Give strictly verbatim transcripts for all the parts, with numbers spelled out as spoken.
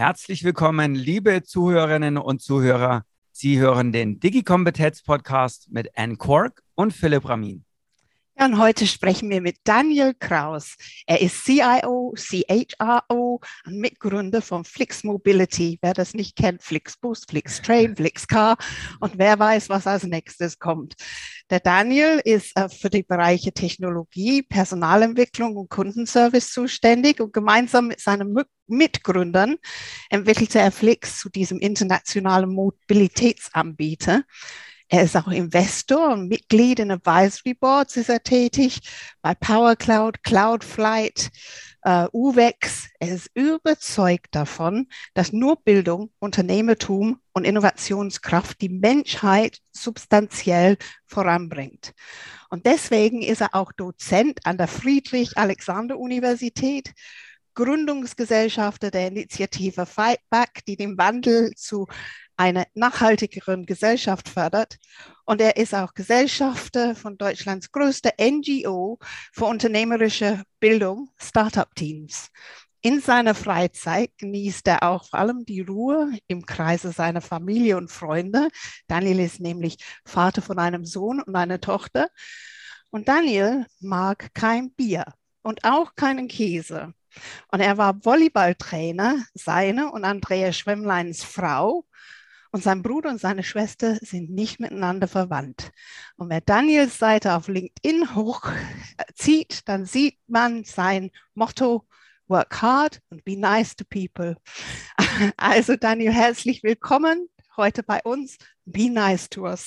Herzlich willkommen, liebe Zuhörerinnen und Zuhörer. Sie hören den Digi-Kompetenz-Podcast mit Anne Cork und Philipp Ramin. Ja, und heute sprechen wir mit Daniel Kraus. Er ist C I O, C H R O und Mitgründer von Flix Mobility. Wer das nicht kennt, Flixbus, Flixtrain, Flixcar und wer weiß, was als nächstes kommt. Der Daniel ist äh, für die Bereiche Technologie, Personalentwicklung und Kundenservice zuständig und gemeinsam mit seinen Mitgründern entwickelte er Flix zu diesem internationalen Mobilitätsanbieter. Er ist auch Investor und Mitglied in Advisory Boards ist er tätig, bei PowerCloud, Cloudflight, uh, U V E X. Er ist überzeugt davon, dass nur Bildung, Unternehmertum und Innovationskraft die Menschheit substanziell voranbringt. Und deswegen ist er auch Dozent an der Friedrich-Alexander-Universität, Gründungsgesellschafter der Initiative Fightback, die den Wandel zu einer nachhaltigeren Gesellschaft fördert. Und er ist auch Gesellschafter von Deutschlands größter N G O für unternehmerische Bildung, Startup-Teams. In seiner Freizeit genießt er auch vor allem die Ruhe im Kreise seiner Familie und Freunde. Daniel ist nämlich Vater von einem Sohn und einer Tochter. Und Daniel mag kein Bier und auch keinen Käse. Und er war Volleyballtrainer, seine und Andreas Schwemmleins Frau. Und sein Bruder und seine Schwester sind nicht miteinander verwandt. Und wer Daniels Seite auf LinkedIn hochzieht, dann sieht man sein Motto, work hard and be nice to people. Also Daniel, herzlich willkommen heute bei uns. Be nice to us.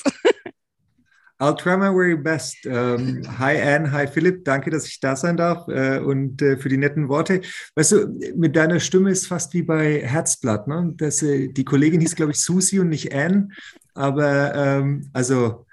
I'll try my very best. Um, hi Anne, hi Philipp, danke, dass ich da sein darf uh, und uh, für die netten Worte. Weißt du, mit deiner Stimme ist fast wie bei Herzblatt. Ne? Das, uh, die Kollegin hieß, glaube ich, Susi und nicht Anne. Aber um, also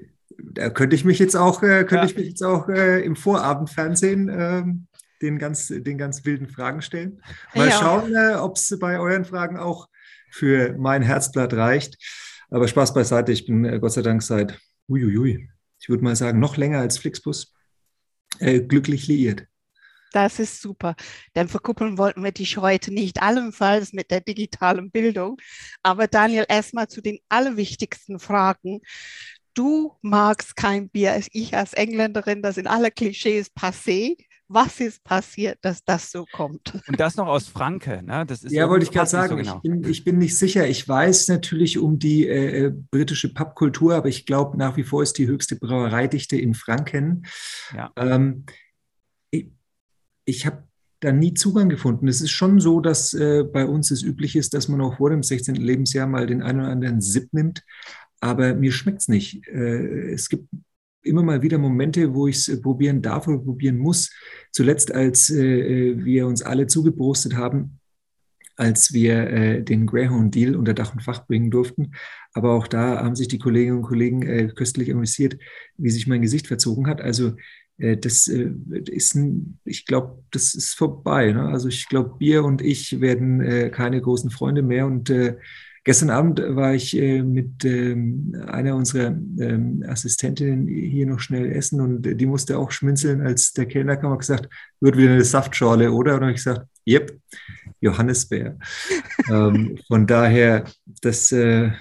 da könnte ich mich jetzt auch, uh, könnte ja. ich mich jetzt auch uh, im Vorabendfernsehen uh, den ganz, den ganz wilden Fragen stellen. Mal ja. schauen, uh, ob es bei euren Fragen auch für mein Herzblatt reicht. Aber Spaß beiseite, ich bin uh, Gott sei Dank seit Uiuiui. Ich würde mal sagen, noch länger als Flixbus äh, glücklich liiert. Das ist super, denn verkuppeln wollten wir dich heute nicht, allenfalls mit der digitalen Bildung. Aber Daniel, erstmal zu den allerwichtigsten Fragen. Du magst kein Bier, ich als Engländerin, das sind alle Klischees passé. Was ist passiert, dass das so kommt? Und das noch aus Franke, ne? Das ist ja, wollte ich gerade sagen. So genau. ich, bin, ich bin nicht sicher. Ich weiß natürlich um die äh, britische Pubkultur, aber ich glaube nach wie vor ist die höchste Brauereidichte in Franken. Ja. Ähm, ich ich habe da nie Zugang gefunden. Es ist schon so, dass äh, bei uns es üblich ist, dass man auch vor dem sechzehnten Lebensjahr mal den einen oder anderen Sip nimmt. Aber mir schmeckt es nicht. Äh, es gibt immer mal wieder Momente, wo ich es probieren darf oder probieren muss. Zuletzt, als äh, wir uns alle zugeprostet haben, als wir äh, den Greyhound-Deal unter Dach und Fach bringen durften. Aber auch da haben sich die Kolleginnen und Kollegen äh, köstlich amüsiert, wie sich mein Gesicht verzogen hat. Also äh, das äh, ist, ein, ich glaube, das ist vorbei. Ne? Also ich glaube, Bier und ich werden äh, keine großen Freunde mehr. Und äh, Gestern Abend war ich äh, mit ähm, einer unserer ähm, Assistentinnen hier noch schnell essen und die musste auch schmunzeln, als der Kellner kam und gesagt, wird wieder eine Saftschorle, oder? Und dann habe ich gesagt, yep, Johannisbeer. ähm, von daher, das, äh,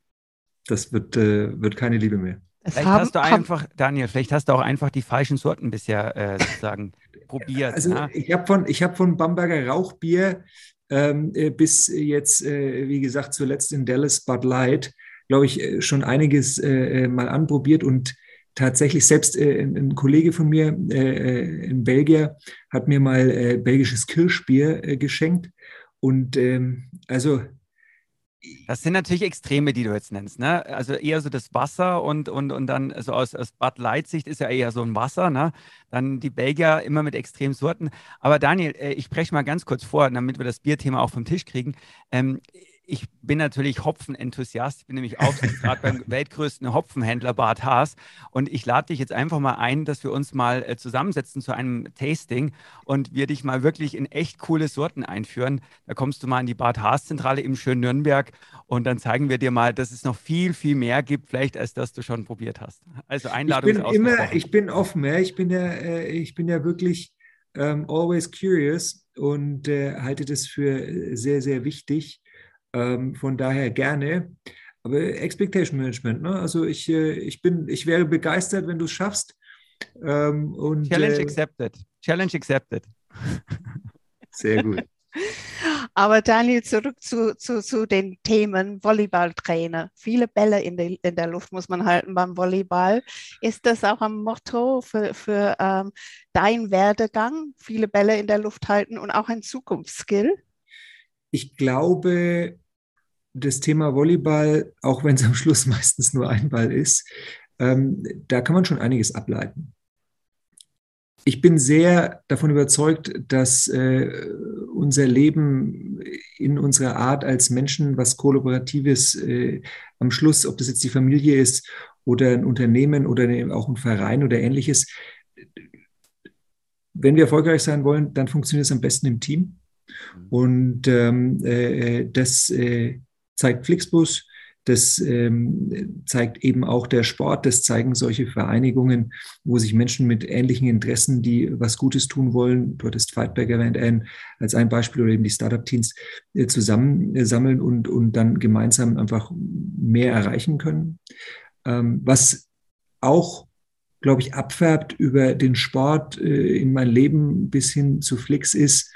das wird, äh, wird keine Liebe mehr. Vielleicht hast du einfach, Daniel, vielleicht hast du auch einfach die falschen Sorten bisher äh, sozusagen probiert. Also ja? ich habe von, ich hab von Bamberger Rauchbier Ähm, bis jetzt, äh, wie gesagt, zuletzt in Dallas Bud Light, glaube ich, äh, schon einiges äh, mal anprobiert und tatsächlich selbst äh, ein, ein Kollege von mir, äh, ein Belgier, hat mir mal äh, belgisches Kirschbier äh, geschenkt und ähm, also das sind natürlich Extreme, die du jetzt nennst, ne? Also eher so das Wasser und, und, und dann, also aus, aus Bud Light-Sicht ist ja eher so ein Wasser, ne? Dann die Belgier immer mit extremen Sorten. Aber Daniel, ich spreche mal ganz kurz vor, damit wir das Bierthema auch vom Tisch kriegen. Ähm, ich bin natürlich Hopfenenthusiast. Ich bin nämlich Aufsichtsrat beim weltgrößten Hopfenhändler Bad Haas. Und ich lade dich jetzt einfach mal ein, dass wir uns mal äh, zusammensetzen zu einem Tasting und wir dich mal wirklich in echt coole Sorten einführen. Da kommst du mal in die Bad Haas-Zentrale im schönen Nürnberg und dann zeigen wir dir mal, dass es noch viel, viel mehr gibt, vielleicht als das du schon probiert hast. Also Einladung ich bin ist immer, ich bin offen. Ja. Ich bin ja, äh, ich bin ja wirklich ähm, always curious und äh, halte das für sehr, sehr wichtig. Ähm, von daher gerne. Aber Expectation Management, ne? Also ich, äh, ich bin, ich wäre begeistert, wenn du es schaffst. Ähm, und, Challenge äh, accepted. Challenge accepted. Sehr gut. Aber Daniel, zurück zu, zu, zu den Themen Volleyballtrainer. Viele Bälle in der, in der Luft muss man halten beim Volleyball. Ist das auch ein Motto für, für ähm, deinen Werdegang? Viele Bälle in der Luft halten und auch ein Zukunftsskill? Ich glaube, das Thema Volleyball, auch wenn es am Schluss meistens nur ein Ball ist, ähm, da kann man schon einiges ableiten. Ich bin sehr davon überzeugt, dass äh, unser Leben in unserer Art als Menschen was Kollaboratives äh, am Schluss, ob das jetzt die Familie ist oder ein Unternehmen oder auch ein Verein oder ähnliches, wenn wir erfolgreich sein wollen, dann funktioniert es am besten im Team. Und ähm, äh, das äh, zeigt Flixbus, das ähm, zeigt eben auch der Sport, das zeigen solche Vereinigungen, wo sich Menschen mit ähnlichen Interessen, die was Gutes tun wollen, du hattest Fightback erwähnt, ein, als ein Beispiel, oder eben die Startup-Teams äh, zusammensammeln und, und dann gemeinsam einfach mehr erreichen können. Ähm, was auch, glaube ich, abfärbt über den Sport äh, in mein Leben bis hin zu Flix ist,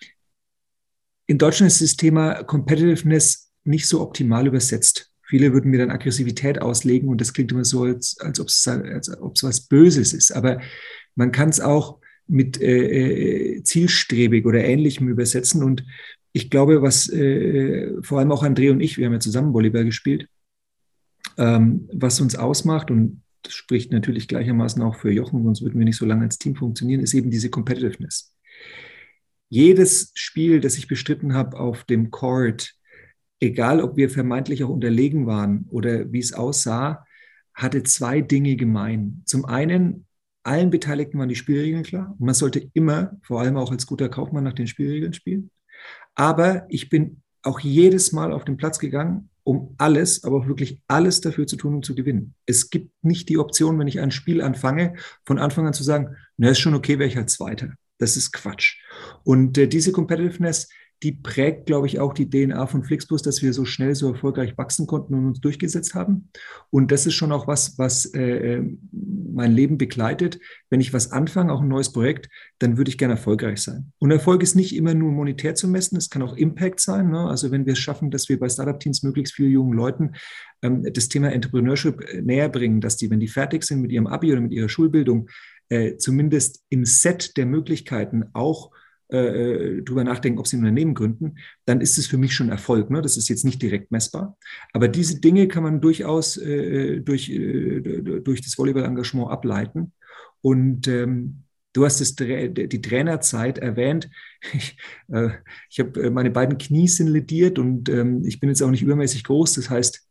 in Deutschland ist das Thema Competitiveness nicht so optimal übersetzt. Viele würden mir dann Aggressivität auslegen und das klingt immer so, als, als ob es als ob es was Böses ist. Aber man kann es auch mit äh, zielstrebig oder Ähnlichem übersetzen. Und ich glaube, was äh, vor allem auch André und ich, wir haben ja zusammen Volleyball gespielt, ähm, was uns ausmacht, und das spricht natürlich gleichermaßen auch für Jochen, sonst würden wir nicht so lange als Team funktionieren, ist eben diese Competitiveness. Jedes Spiel, das ich bestritten habe auf dem Court, egal ob wir vermeintlich auch unterlegen waren oder wie es aussah, hatte zwei Dinge gemein. Zum einen, allen Beteiligten waren die Spielregeln klar. Und man sollte immer, vor allem auch als guter Kaufmann, nach den Spielregeln spielen. Aber ich bin auch jedes Mal auf den Platz gegangen, um alles, aber auch wirklich alles dafür zu tun, um zu gewinnen. Es gibt nicht die Option, wenn ich ein Spiel anfange, von Anfang an zu sagen, na, ist schon okay, wäre ich halt Zweiter. Das ist Quatsch. Und äh, diese Competitiveness, die prägt, glaube ich, auch die D N A von Flixbus, dass wir so schnell, so erfolgreich wachsen konnten und uns durchgesetzt haben. Und das ist schon auch was, was äh, mein Leben begleitet. Wenn ich was anfange, auch ein neues Projekt, dann würde ich gerne erfolgreich sein. Und Erfolg ist nicht immer nur monetär zu messen, es kann auch Impact sein. Ne? Also wenn wir es schaffen, dass wir bei Startup-Teams möglichst viele jungen Leuten ähm, das Thema Entrepreneurship näher bringen, dass die, wenn die fertig sind mit ihrem Abi oder mit ihrer Schulbildung, äh, zumindest im Set der Möglichkeiten auch drüber nachdenken, ob sie ein Unternehmen gründen, dann ist es für mich schon Erfolg. Ne? Das ist jetzt nicht direkt messbar. Aber diese Dinge kann man durchaus äh, durch, äh, durch das Volleyball-Engagement ableiten. Und ähm, du hast das, die Trainerzeit erwähnt. Ich, äh, ich habe meine beiden Knie sind lediert und ähm, ich bin jetzt auch nicht übermäßig groß. Das heißt,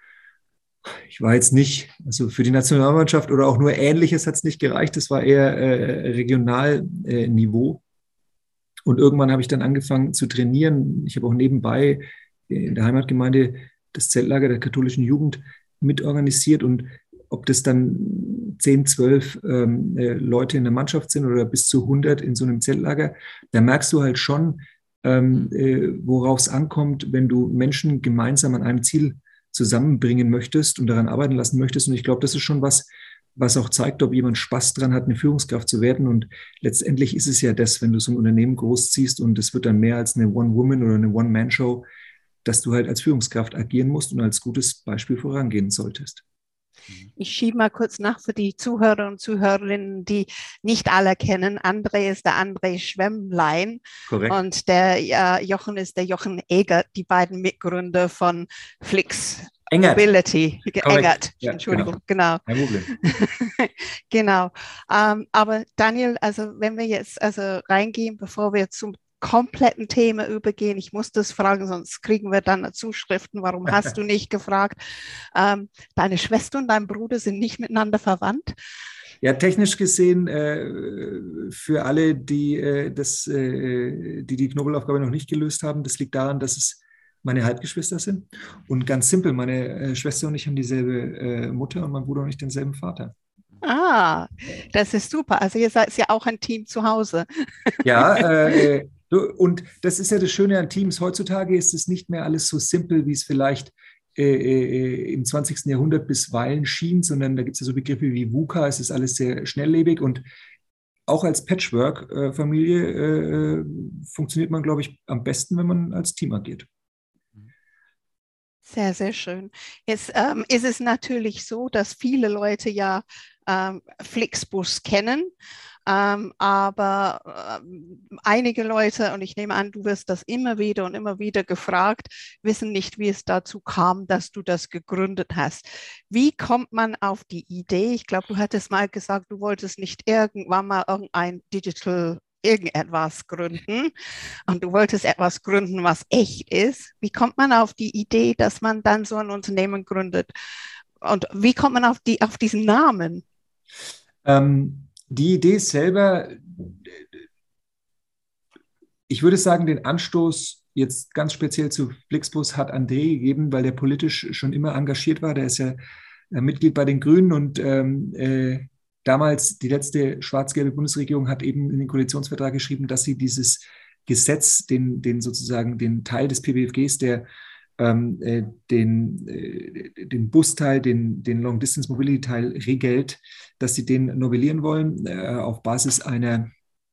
ich war jetzt nicht, also für die Nationalmannschaft oder auch nur Ähnliches hat es nicht gereicht. Das war eher äh, Regionalniveau. Und irgendwann habe ich dann angefangen zu trainieren. Ich habe auch nebenbei in der Heimatgemeinde das Zeltlager der katholischen Jugend mitorganisiert. Und ob das dann zehn, zwölf ähm, äh, Leute in der Mannschaft sind oder bis zu hundert in so einem Zeltlager, da merkst du halt schon, ähm, äh, worauf es ankommt, wenn du Menschen gemeinsam an einem Ziel zusammenbringen möchtest und daran arbeiten lassen möchtest. Und ich glaube, das ist schon was, was auch zeigt, ob jemand Spaß dran hat, eine Führungskraft zu werden. Und letztendlich ist es ja das, wenn du so ein Unternehmen großziehst und es wird dann mehr als eine One-Woman- oder eine One-Man-Show, dass du halt als Führungskraft agieren musst und als gutes Beispiel vorangehen solltest. Ich schiebe mal kurz nach für die Zuhörer und Zuhörerinnen, die nicht alle kennen. André ist der André Schwemmlein. Korrekt. Und der äh, Jochen ist der Jochen Egert, die beiden Mitgründer von Flix. Engert. Mobility. Engert, ja, Entschuldigung, genau. Kein Problem. Genau. Ähm, aber Daniel, also wenn wir jetzt also reingehen, bevor wir zum kompletten Thema übergehen, ich muss das fragen, sonst kriegen wir dann Zuschriften, warum hast du nicht gefragt? Ähm, deine Schwester und dein Bruder sind nicht miteinander verwandt? Ja, technisch gesehen, äh, für alle, die, äh, das, äh, die die Knobelaufgabe noch nicht gelöst haben, das liegt daran, dass es meine Halbgeschwister sind. Und ganz simpel, meine äh, Schwester und ich haben dieselbe äh, Mutter und mein Bruder und ich denselben Vater. Ah, das ist super. Also ihr seid ja auch ein Team zu Hause. Ja, äh, du, und das ist ja das Schöne an Teams. Heutzutage ist es nicht mehr alles so simpel, wie es vielleicht äh, äh, im zwanzigsten Jahrhundert bisweilen schien, sondern da gibt es ja so Begriffe wie VUCA. Es ist alles sehr schnelllebig und auch als Patchwork-Familie äh, funktioniert man, glaube ich, am besten, wenn man als Team agiert. Sehr, sehr schön. Jetzt ähm, ist es natürlich so, dass viele Leute ja ähm, Flixbus kennen, ähm, aber ähm, einige Leute, und ich nehme an, du wirst das immer wieder und immer wieder gefragt, wissen nicht, wie es dazu kam, dass du das gegründet hast. Wie kommt man auf die Idee? Ich glaube, du hattest mal gesagt, du wolltest nicht irgendwann mal irgendein Digital irgendetwas gründen und du wolltest etwas gründen, was echt ist. Wie kommt man auf die Idee, dass man dann so ein Unternehmen gründet? Und wie kommt man auf, die, auf diesen Namen? Ähm, die Idee selber, ich würde sagen, den Anstoß jetzt ganz speziell zu Flixbus hat André gegeben, weil der politisch schon immer engagiert war. Der ist ja äh, Mitglied bei den Grünen und ähm, äh, damals die letzte schwarz-gelbe Bundesregierung hat eben in den Koalitionsvertrag geschrieben, dass sie dieses Gesetz, den, den sozusagen den Teil des P B F Gs, der ähm, äh, den, äh, den Busteil, den, den Long-Distance-Mobility-Teil regelt, dass sie den novellieren wollen äh, auf Basis einer,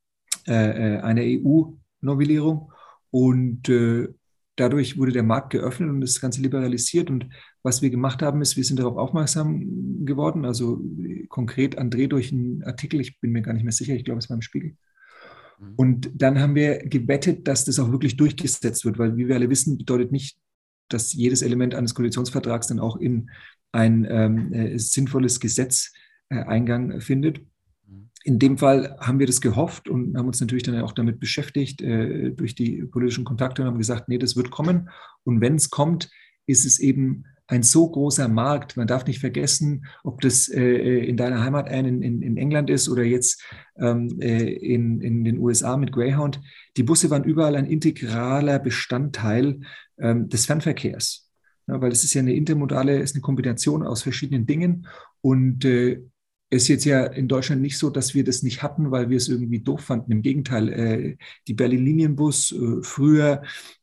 äh, einer E U-Novellierung. Und äh, dadurch wurde der Markt geöffnet und das Ganze liberalisiert. Und was wir gemacht haben, ist, wir sind darauf aufmerksam geworden. Also konkret André durch einen Artikel, ich bin mir gar nicht mehr sicher, ich glaube, es war im Spiegel. Und dann haben wir gewettet, dass das auch wirklich durchgesetzt wird, weil, wie wir alle wissen, bedeutet nicht, dass jedes Element eines Koalitionsvertrags dann auch in ein ähm, äh, sinnvolles Gesetz äh, Eingang findet. In dem Fall haben wir das gehofft und haben uns natürlich dann auch damit beschäftigt äh, durch die politischen Kontakte und haben gesagt, nee, das wird kommen. Und wenn es kommt, ist es eben ein so großer Markt. Man darf nicht vergessen, ob das äh, in deiner Heimat in, in, in England ist oder jetzt ähm, äh, in, in den U S A mit Greyhound. Die Busse waren überall ein integraler Bestandteil ähm, des Fernverkehrs. Ja, weil es ist ja eine intermodale, ist eine Kombination aus verschiedenen Dingen und äh, es ist jetzt ja in Deutschland nicht so, dass wir das nicht hatten, weil wir es irgendwie doof fanden. Im Gegenteil, äh, die Berlin-Linienbus äh, früher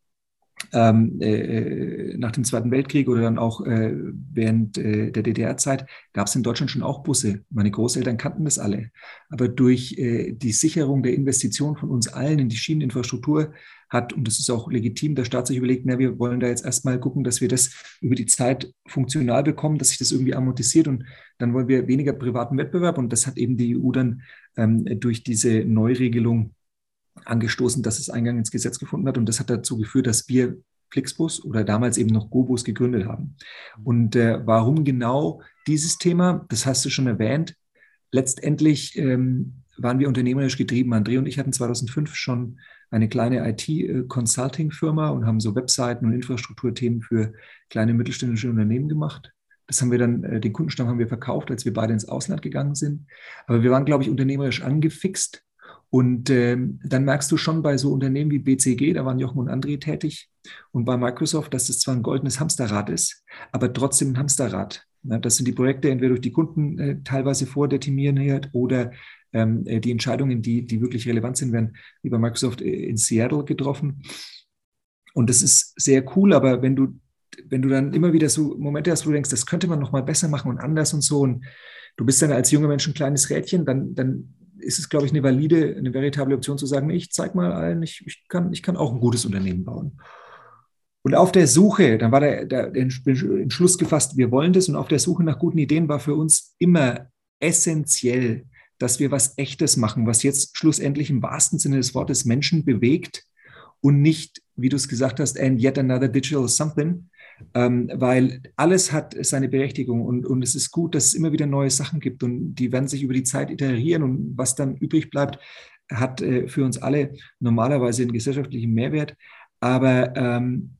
ähm, äh, nach dem Zweiten Weltkrieg oder dann auch äh, während äh, der D D R-Zeit gab es in Deutschland schon auch Busse. Meine Großeltern kannten das alle. Aber durch äh, die Sicherung der Investition von uns allen in die Schieneninfrastruktur hat, und das ist auch legitim, der Staat sich überlegt, na, wir wollen da jetzt erstmal gucken, dass wir das über die Zeit funktional bekommen, dass sich das irgendwie amortisiert und dann wollen wir weniger privaten Wettbewerb und das hat eben die E U dann ähm, durch diese Neuregelung angestoßen, dass es Eingang ins Gesetz gefunden hat und das hat dazu geführt, dass wir Flixbus oder damals eben noch GoBus gegründet haben. Und äh, warum genau dieses Thema? Das hast du schon erwähnt. Letztendlich ähm, waren wir unternehmerisch getrieben. André und ich hatten zweitausendfünf schon eine kleine I T-Consulting-Firma und haben so Webseiten und Infrastrukturthemen für kleine mittelständische Unternehmen gemacht. Das haben wir dann, äh, den Kundenstamm haben wir verkauft, als wir beide ins Ausland gegangen sind. Aber wir waren, glaube ich, unternehmerisch angefixt. Und ähm, dann merkst du schon bei so Unternehmen wie B C G, da waren Jochen und André tätig, und bei Microsoft, dass das zwar ein goldenes Hamsterrad ist, aber trotzdem ein Hamsterrad. Ja, das sind die Projekte entweder durch die Kunden äh, teilweise vordeterminiert oder ähm, die Entscheidungen, die, die wirklich relevant sind, werden wie bei Microsoft in Seattle getroffen. Und das ist sehr cool, aber wenn du, wenn du dann immer wieder so Momente hast, wo du denkst, das könnte man noch mal besser machen und anders und so, und du bist dann als junger Mensch ein kleines Rädchen, dann, dann ist es, glaube ich, eine valide, eine veritable Option zu sagen, ich zeige mal allen, ich, ich, kann, ich kann auch ein gutes Unternehmen bauen. Und auf der Suche, dann war der, der, der Entschluss gefasst, wir wollen das, und auf der Suche nach guten Ideen war für uns immer essentiell, dass wir was Echtes machen, was jetzt schlussendlich im wahrsten Sinne des Wortes Menschen bewegt und nicht, wie du es gesagt hast, and yet another digital something, ähm, weil alles hat seine Berechtigung und, und es ist gut, dass es immer wieder neue Sachen gibt und die werden sich über die Zeit iterieren und was dann übrig bleibt, hat äh, für uns alle normalerweise einen gesellschaftlichen Mehrwert, aber ähm,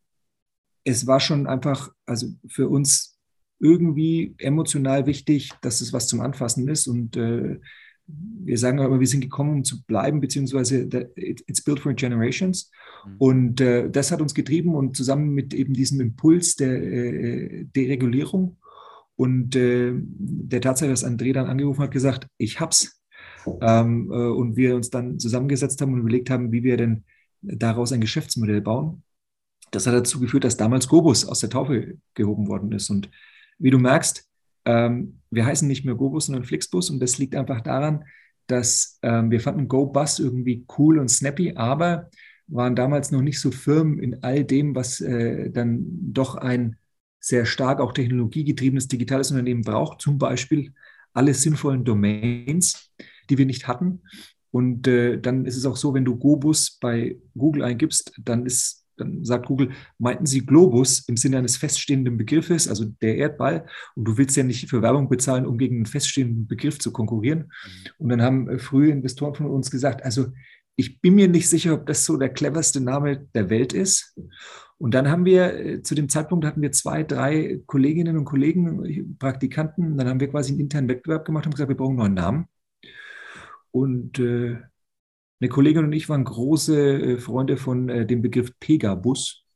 es war schon einfach, also für uns irgendwie emotional wichtig, dass es was zum Anfassen ist und äh, wir sagen aber, wir sind gekommen, um zu bleiben, beziehungsweise it's built for generations. Mhm. Und äh, das hat uns getrieben und zusammen mit eben diesem Impuls der äh, Deregulierung Und äh, der Tatsache, dass André dann angerufen hat, gesagt, ich hab's. Ähm, äh, und wir uns dann zusammengesetzt haben und überlegt haben, wie wir denn daraus ein Geschäftsmodell bauen. Das hat dazu geführt, dass damals Gobus aus der Taufe gehoben worden ist. Und wie du merkst, ähm, wir heißen nicht mehr Gobus, sondern Flixbus. Und das liegt einfach daran, dass ähm, wir fanden GoBus irgendwie cool und snappy, aber waren damals noch nicht so firm in all dem, was äh, dann doch ein sehr stark auch technologiegetriebenes digitales Unternehmen braucht. Zum Beispiel alle sinnvollen Domains, die wir nicht hatten. Und äh, dann ist es auch so, wenn du GoBus bei Google eingibst, dann ist Dann sagt Google, meinten Sie Globus im Sinne eines feststehenden Begriffes, also der Erdball, und du willst ja nicht für Werbung bezahlen, um gegen einen feststehenden Begriff zu konkurrieren. Und dann haben frühe Investoren von uns gesagt, also ich bin mir nicht sicher, ob das so der cleverste Name der Welt ist. Und dann haben wir, zu dem Zeitpunkt hatten wir zwei, drei Kolleginnen und Kollegen, Praktikanten, dann haben wir quasi einen internen Wettbewerb gemacht und gesagt, wir brauchen einen neuen Namen. Und äh, eine Kollegin und ich waren große äh, Freunde von äh, dem Begriff Pegabus.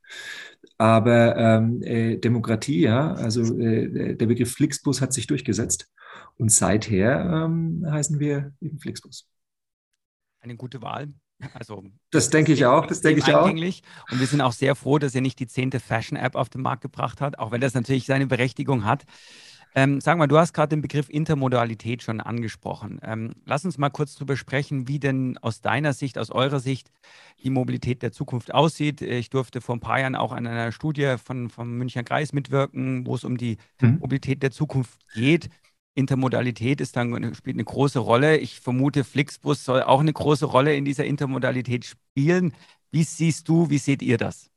Aber ähm, äh, Demokratie, ja, also äh, der Begriff Flixbus hat sich durchgesetzt. Und seither ähm, heißen wir eben Flixbus. Eine gute Wahl. Also, das denke ich auch, das denke ich auch. Und wir sind auch sehr froh, dass er nicht die zehnte Fashion-App auf den Markt gebracht hat, auch wenn das natürlich seine Berechtigung hat. Ähm, sag mal, du hast gerade den Begriff Intermodalität schon angesprochen. Ähm, lass uns mal kurz darüber sprechen, wie denn aus deiner Sicht, aus eurer Sicht die Mobilität der Zukunft aussieht. Ich durfte vor ein paar Jahren auch an einer Studie von, vom Münchner Kreis mitwirken, wo es um die hm. Mobilität der Zukunft geht. Intermodalität ist dann, spielt eine große Rolle. Ich vermute, Flixbus soll auch eine große Rolle in dieser Intermodalität spielen. Wie siehst du, wie seht ihr das?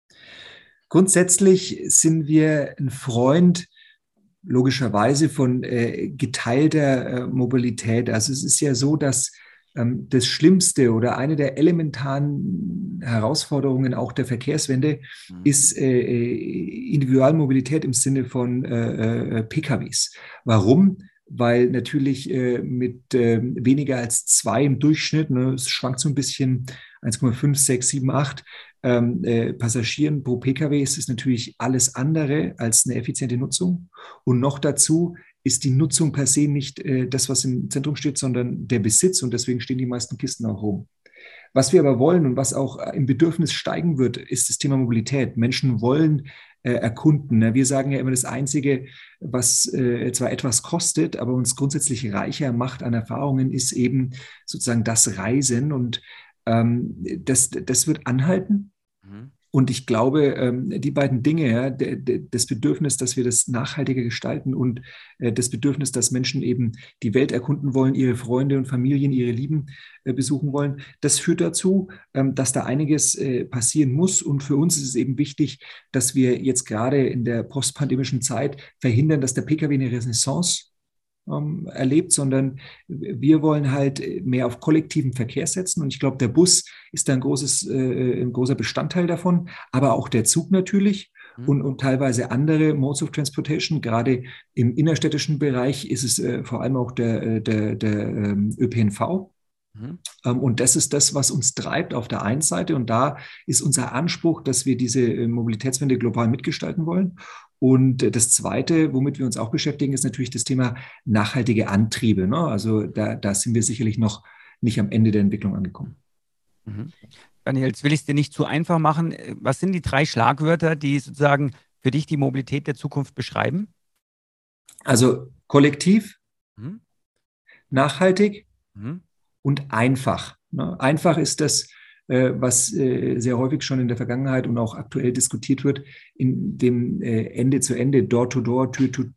Grundsätzlich sind wir ein Freund logischerweise von äh, geteilter äh, Mobilität. Also es ist ja so, dass ähm, das Schlimmste oder eine der elementaren Herausforderungen auch der Verkehrswende mhm. ist äh, Individualmobilität im Sinne von äh, äh, P K Ws. Warum? Weil natürlich äh, mit äh, weniger als zwei im Durchschnitt, ne, es schwankt so ein bisschen, eins Komma fünf, sechs, sieben, acht ähm, äh, Passagieren pro P K W ist es natürlich alles andere als eine effiziente Nutzung. Und noch dazu ist die Nutzung per se nicht äh, das, was im Zentrum steht, sondern der Besitz. Und deswegen stehen die meisten Kisten auch rum. Was wir aber wollen und was auch im Bedürfnis steigen wird, ist das Thema Mobilität. Menschen wollen äh, erkunden. Ne? Wir sagen ja immer, das Einzige, was äh, zwar etwas kostet, aber uns grundsätzlich reicher macht an Erfahrungen, ist eben sozusagen das Reisen. Und ähm, das, das wird anhalten. Mhm. Und ich glaube, ähm, die beiden Dinge, ja, de, de, das Bedürfnis, dass wir das nachhaltiger gestalten und äh, das Bedürfnis, dass Menschen eben die Welt erkunden wollen, ihre Freunde und Familien, ihre Lieben äh, besuchen wollen, das führt dazu, ähm, dass da einiges äh, passieren muss. Und für uns ist es eben wichtig, dass wir jetzt gerade in der postpandemischen Zeit verhindern, dass der P K W eine Renaissance erlebt, sondern wir wollen halt mehr auf kollektiven Verkehr setzen. Und ich glaube, der Bus ist da ein, großes, äh, ein großer Bestandteil davon, aber auch der Zug natürlich mhm. und, und teilweise andere Modes of Transportation. Gerade im innerstädtischen Bereich ist es äh, vor allem auch der, der, der ähm, Ö P N V. Mhm. Ähm, und das ist das, was uns treibt auf der einen Seite. Und da ist unser Anspruch, dass wir diese äh, Mobilitätswende global mitgestalten wollen. Und das Zweite, womit wir uns auch beschäftigen, ist natürlich das Thema nachhaltige Antriebe. Ne? Also da, da sind wir sicherlich noch nicht am Ende der Entwicklung angekommen. Mhm. Daniel, jetzt will ich es dir nicht zu einfach machen. Was sind die drei Schlagwörter, die sozusagen für dich die Mobilität der Zukunft beschreiben? Also kollektiv, mhm. nachhaltig mhm. und einfach. Ne? Einfach ist das, was sehr häufig schon in der Vergangenheit und auch aktuell diskutiert wird, in dem Ende-zu-Ende, Door-to-Door,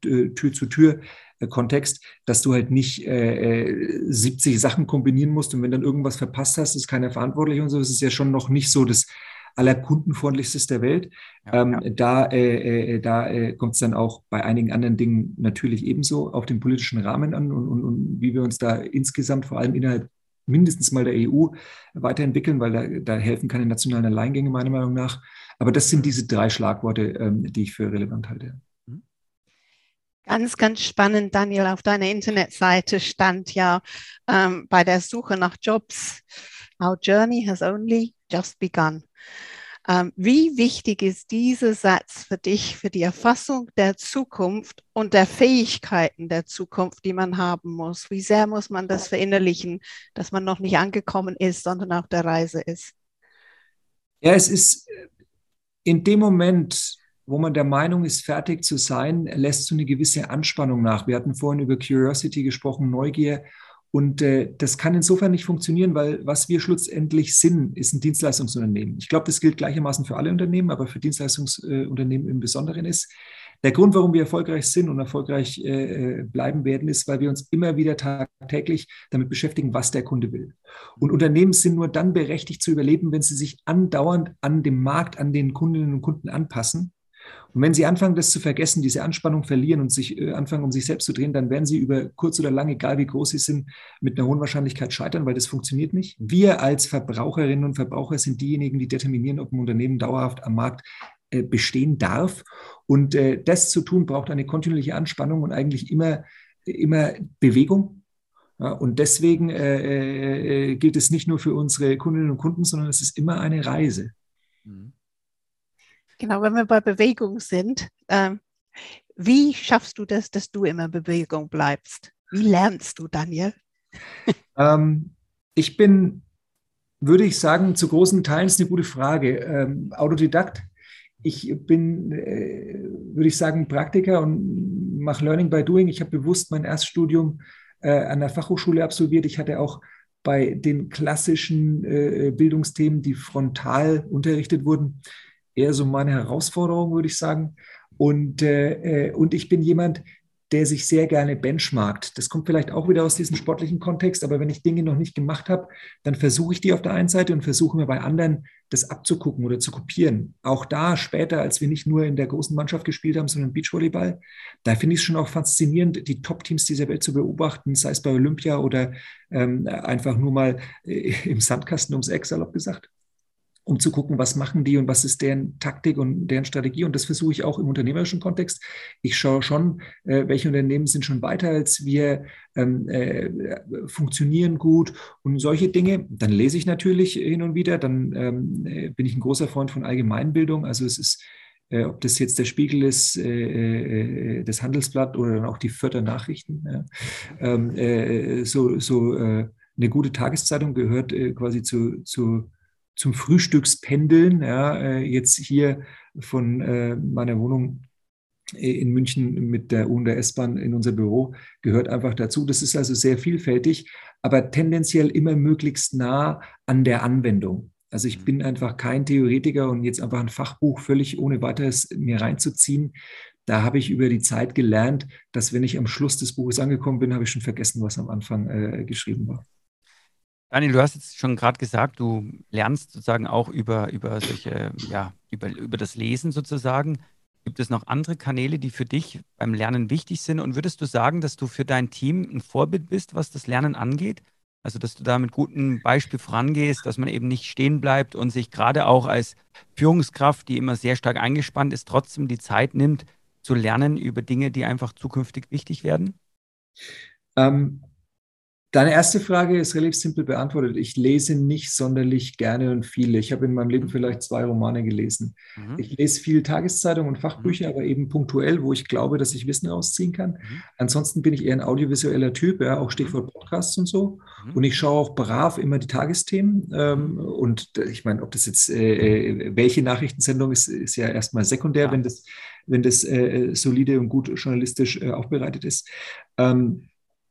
Tür-zu-Tür-Kontext, dass du halt nicht siebzig Sachen kombinieren musst und wenn dann irgendwas verpasst hast, ist keiner verantwortlich und so. Das ist ja schon noch nicht so das allerkundenfreundlichstes der Welt. Ja, ähm, ja. Da, äh, da äh, kommt es dann auch bei einigen anderen Dingen natürlich ebenso auf den politischen Rahmen an und, und, und wie wir uns da insgesamt, vor allem innerhalb mindestens mal der E U weiterentwickeln, weil da, da helfen keine nationalen Alleingänge meiner Meinung nach. Aber das sind diese drei Schlagworte, ähm, die ich für relevant halte. Ganz, ganz spannend, Daniel. Auf deiner Internetseite stand ja ähm, bei der Suche nach Jobs, our journey has only just begun. Ähm, wie wichtig ist dieser Satz für dich, für die Erfassung der Zukunft und der Fähigkeiten der Zukunft, die man haben muss? Wie sehr muss man das verinnerlichen, dass man noch nicht angekommen ist, sondern auf der Reise ist? Ja, es ist in dem Moment, wo man der Meinung ist, fertig zu sein, lässt so eine gewisse Anspannung nach. Wir hatten vorhin über Curiosity gesprochen, Neugier. Und äh, das kann insofern nicht funktionieren, weil was wir schlussendlich sind, ist ein Dienstleistungsunternehmen. Ich glaube, das gilt gleichermaßen für alle Unternehmen, aber für Dienstleistungsunternehmen im Besonderen ist. Der Grund, warum wir erfolgreich sind und erfolgreich äh, bleiben werden, ist, weil wir uns immer wieder tagtäglich damit beschäftigen, was der Kunde will. Und Unternehmen sind nur dann berechtigt zu überleben, wenn sie sich andauernd an dem Markt, an den Kundinnen und Kunden anpassen. Und wenn sie anfangen, das zu vergessen, diese Anspannung verlieren und sich äh, anfangen, um sich selbst zu drehen, dann werden sie über kurz oder lang, egal wie groß sie sind, mit einer hohen Wahrscheinlichkeit scheitern, weil das funktioniert nicht. Wir als Verbraucherinnen und Verbraucher sind diejenigen, die determinieren, ob ein Unternehmen dauerhaft am Markt äh, bestehen darf. Und äh, das zu tun, braucht eine kontinuierliche Anspannung und eigentlich immer, immer Bewegung. Ja, und deswegen äh, äh, gilt es nicht nur für unsere Kundinnen und Kunden, sondern es ist immer eine Reise. Mhm. Genau, wenn wir bei Bewegung sind, ähm, wie schaffst du das, dass du immer in Bewegung bleibst? Wie lernst du, Daniel? ähm, ich bin, würde ich sagen, zu großen Teilen ist eine gute Frage. Ähm, Autodidakt. Ich bin, äh, würde ich sagen, Praktiker und mache Learning by Doing. Ich habe bewusst mein Erststudium äh, an der Fachhochschule absolviert. Ich hatte auch bei den klassischen äh, Bildungsthemen, die frontal unterrichtet wurden, eher so meine Herausforderung, würde ich sagen. Und, äh, und ich bin jemand, der sich sehr gerne benchmarkt. Das kommt vielleicht auch wieder aus diesem sportlichen Kontext, aber wenn ich Dinge noch nicht gemacht habe, dann versuche ich die auf der einen Seite und versuche mir bei anderen das abzugucken oder zu kopieren. Auch da später, als wir nicht nur in der großen Mannschaft gespielt haben, sondern Beachvolleyball, da finde ich es schon auch faszinierend, die Top-Teams dieser Welt zu beobachten, sei es bei Olympia oder ähm, einfach nur mal äh, im Sandkasten ums Eck, salopp gesagt, um zu gucken, was machen die und was ist deren Taktik und deren Strategie. Und das versuche ich auch im unternehmerischen Kontext. Ich schaue schon, äh, welche Unternehmen sind schon weiter als wir, ähm, äh, funktionieren gut und solche Dinge. Dann lese ich natürlich hin und wieder. Dann ähm, bin ich ein großer Freund von Allgemeinbildung. Also es ist, äh, ob das jetzt der Spiegel ist, äh, äh, das Handelsblatt oder dann auch die Fürther Nachrichten. Ja. Ähm, äh, so so äh, eine gute Tageszeitung gehört äh, quasi zu, zu zum Frühstückspendeln, ja, jetzt hier von äh, meiner Wohnung in München mit der U und der S-Bahn in unser Büro, gehört einfach dazu. Das ist also sehr vielfältig, aber tendenziell immer möglichst nah an der Anwendung. Also ich bin einfach kein Theoretiker und jetzt einfach ein Fachbuch völlig ohne weiteres mir reinzuziehen. Da habe ich über die Zeit gelernt, dass wenn ich am Schluss des Buches angekommen bin, habe ich schon vergessen, was am Anfang äh, geschrieben war. Daniel, du hast jetzt schon gerade gesagt, du lernst sozusagen auch über, über solche, ja, über, über das Lesen sozusagen. Gibt es noch andere Kanäle, die für dich beim Lernen wichtig sind? Und würdest du sagen, dass du für dein Team ein Vorbild bist, was das Lernen angeht? Also, dass du da mit gutem Beispiel vorangehst, dass man eben nicht stehen bleibt und sich gerade auch als Führungskraft, die immer sehr stark eingespannt ist, trotzdem die Zeit nimmt, zu lernen über Dinge, die einfach zukünftig wichtig werden? Ähm, Deine erste Frage ist relativ simpel beantwortet. Ich lese nicht sonderlich gerne und viele. Ich habe in meinem Leben vielleicht zwei Romane gelesen. Mhm. Ich lese viel Tageszeitung und Fachbücher, mhm. aber eben punktuell, wo ich glaube, dass ich Wissen rausziehen kann. Mhm. Ansonsten bin ich eher ein audiovisueller Typ, ja, auch Stichwort Podcasts und so. Mhm. Und ich schaue auch brav immer die Tagesthemen. Ähm, und ich meine, ob das jetzt, äh, welche Nachrichtensendung ist, ist ja erstmal sekundär, ja. wenn das, wenn das äh, solide und gut journalistisch äh, aufbereitet ist. Ähm,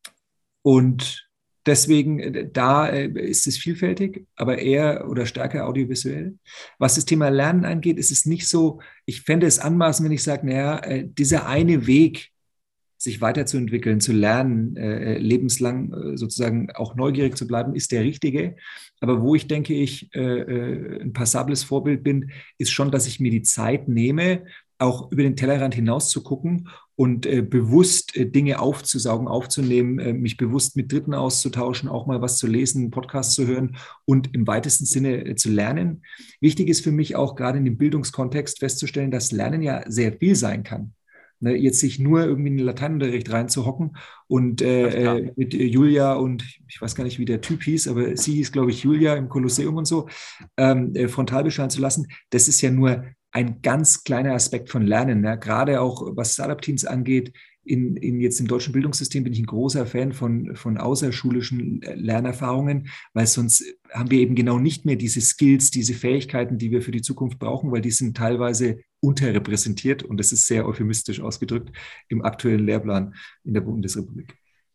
und Deswegen, da ist es vielfältig, aber eher oder stärker audiovisuell. Was das Thema Lernen angeht, ist es nicht so, ich fände es anmaßend, wenn ich sage, naja, dieser eine Weg, sich weiterzuentwickeln, zu lernen, äh, lebenslang äh, sozusagen auch neugierig zu bleiben, ist der richtige. Aber wo ich denke, ich äh, ein passables Vorbild bin, ist schon, dass ich mir die Zeit nehme, auch über den Tellerrand hinaus zu gucken und äh, bewusst äh, Dinge aufzusaugen, aufzunehmen, äh, mich bewusst mit Dritten auszutauschen, auch mal was zu lesen, einen Podcast zu hören und im weitesten Sinne äh, zu lernen. Wichtig ist für mich auch gerade in dem Bildungskontext festzustellen, dass Lernen ja sehr viel sein kann. Ne, jetzt sich nur irgendwie in den Lateinunterricht reinzuhocken und äh, mit Julia und ich weiß gar nicht, wie der Typ hieß, aber sie hieß, glaube ich, Julia im Kolosseum und so, ähm, äh, frontal beschallen zu lassen, das ist ja nur ein ganz kleiner Aspekt von Lernen. Ne? Gerade auch was Startup-Teams angeht, in, in jetzt im deutschen Bildungssystem bin ich ein großer Fan von, von außerschulischen Lernerfahrungen, weil sonst haben wir eben genau nicht mehr diese Skills, diese Fähigkeiten, die wir für die Zukunft brauchen, weil die sind teilweise unterrepräsentiert und das ist sehr euphemistisch ausgedrückt im aktuellen Lehrplan in der Bundesrepublik.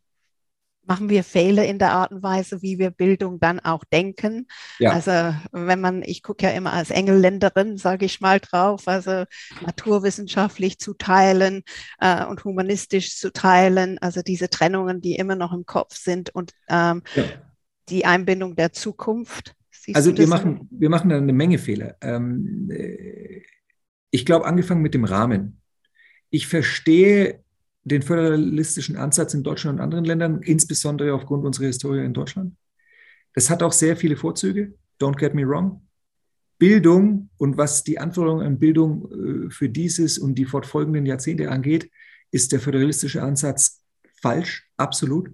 Machen wir Fehler in der Art und Weise, wie wir Bildung dann auch denken. Ja. Also wenn man, ich gucke ja immer als Engelländerin, sage ich mal drauf, also naturwissenschaftlich zu teilen äh, und humanistisch zu teilen, also diese Trennungen, die immer noch im Kopf sind und ähm, ja. die Einbindung der Zukunft. Siehst also wir machen, wir machen da eine Menge Fehler. Ähm, ich glaube, angefangen mit dem Rahmen. Ich verstehe den föderalistischen Ansatz in Deutschland und anderen Ländern, insbesondere aufgrund unserer Historie in Deutschland. Das hat auch sehr viele Vorzüge, don't get me wrong. Bildung und was die Anforderungen an Bildung äh, für dieses und die fortfolgenden Jahrzehnte angeht, ist der föderalistische Ansatz falsch, absolut.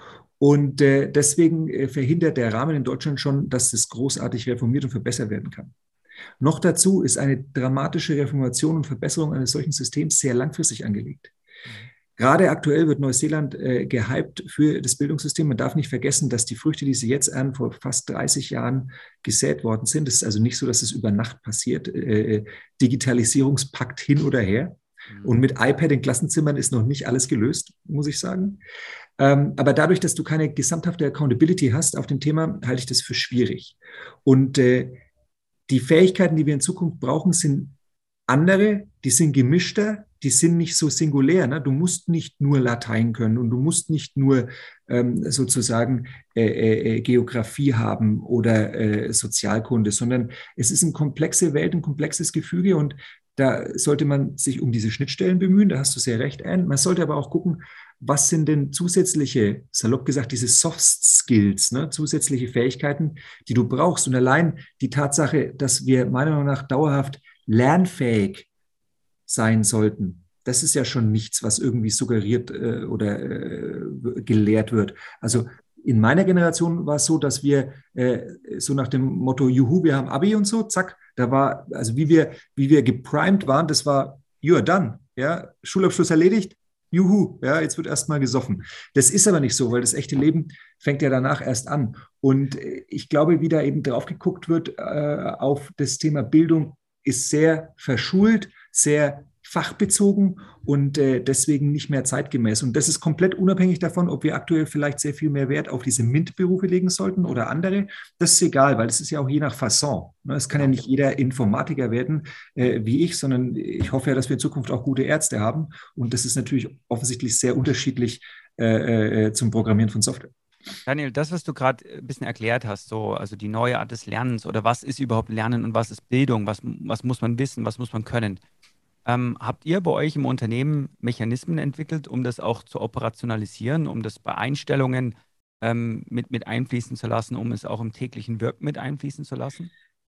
Und äh, deswegen äh, verhindert der Rahmen in Deutschland schon, dass es großartig reformiert und verbessert werden kann. Noch dazu ist eine dramatische Reformation und Verbesserung eines solchen Systems sehr langfristig angelegt. Gerade aktuell wird Neuseeland äh, gehypt für das Bildungssystem. Man darf nicht vergessen, dass die Früchte, die sie jetzt ernten, vor fast dreißig Jahren gesät worden sind. Es ist also nicht so, dass es über Nacht passiert. Äh, Digitalisierungspakt hin oder her. Mhm. Und mit iPad in Klassenzimmern ist noch nicht alles gelöst, muss ich sagen. Ähm, aber dadurch, dass du keine gesamthafte Accountability hast auf dem Thema, halte ich das für schwierig. Und äh, die Fähigkeiten, die wir in Zukunft brauchen, sind andere, die sind gemischter, die sind nicht so singulär. Ne? Du musst nicht nur Latein können und du musst nicht nur ähm, sozusagen äh, äh, Geografie haben oder äh, Sozialkunde, sondern es ist eine komplexe Welt, ein komplexes Gefüge und da sollte man sich um diese Schnittstellen bemühen, da hast du sehr recht, Anne. Man sollte aber auch gucken, was sind denn zusätzliche, salopp gesagt, diese Soft Skills, ne? Zusätzliche Fähigkeiten, die du brauchst. Und allein die Tatsache, dass wir meiner Meinung nach dauerhaft lernfähig sein sollten, das ist ja schon nichts, was irgendwie suggeriert äh, oder äh, gelehrt wird. Also in meiner Generation war es so, dass wir äh, so nach dem Motto, juhu, wir haben Abi und so, zack, da war, also wie wir, wie wir geprimed waren, das war, you're done, ja, Schulabschluss erledigt, juhu, ja, jetzt wird erstmal gesoffen. Das ist aber nicht so, weil das echte Leben fängt ja danach erst an. Und ich glaube, wie da eben drauf geguckt wird äh, auf das Thema Bildung, ist sehr verschult, sehr fachbezogen und äh, deswegen nicht mehr zeitgemäß. Und das ist komplett unabhängig davon, ob wir aktuell vielleicht sehr viel mehr Wert auf diese MINT-Berufe legen sollten oder andere. Das ist egal, weil das ist ja auch je nach Fasson. Es kann ja nicht jeder Informatiker werden äh, wie ich, sondern ich hoffe ja, dass wir in Zukunft auch gute Ärzte haben. Und das ist natürlich offensichtlich sehr unterschiedlich äh, äh, zum Programmieren von Software. Daniel, das, was du gerade ein bisschen erklärt hast, so, also die neue Art des Lernens oder was ist überhaupt Lernen und was ist Bildung, was, was muss man wissen, was muss man können. Ähm, habt ihr bei euch im Unternehmen Mechanismen entwickelt, um das auch zu operationalisieren, um das bei Einstellungen ähm, mit, mit einfließen zu lassen, um es auch im täglichen Wirken mit einfließen zu lassen?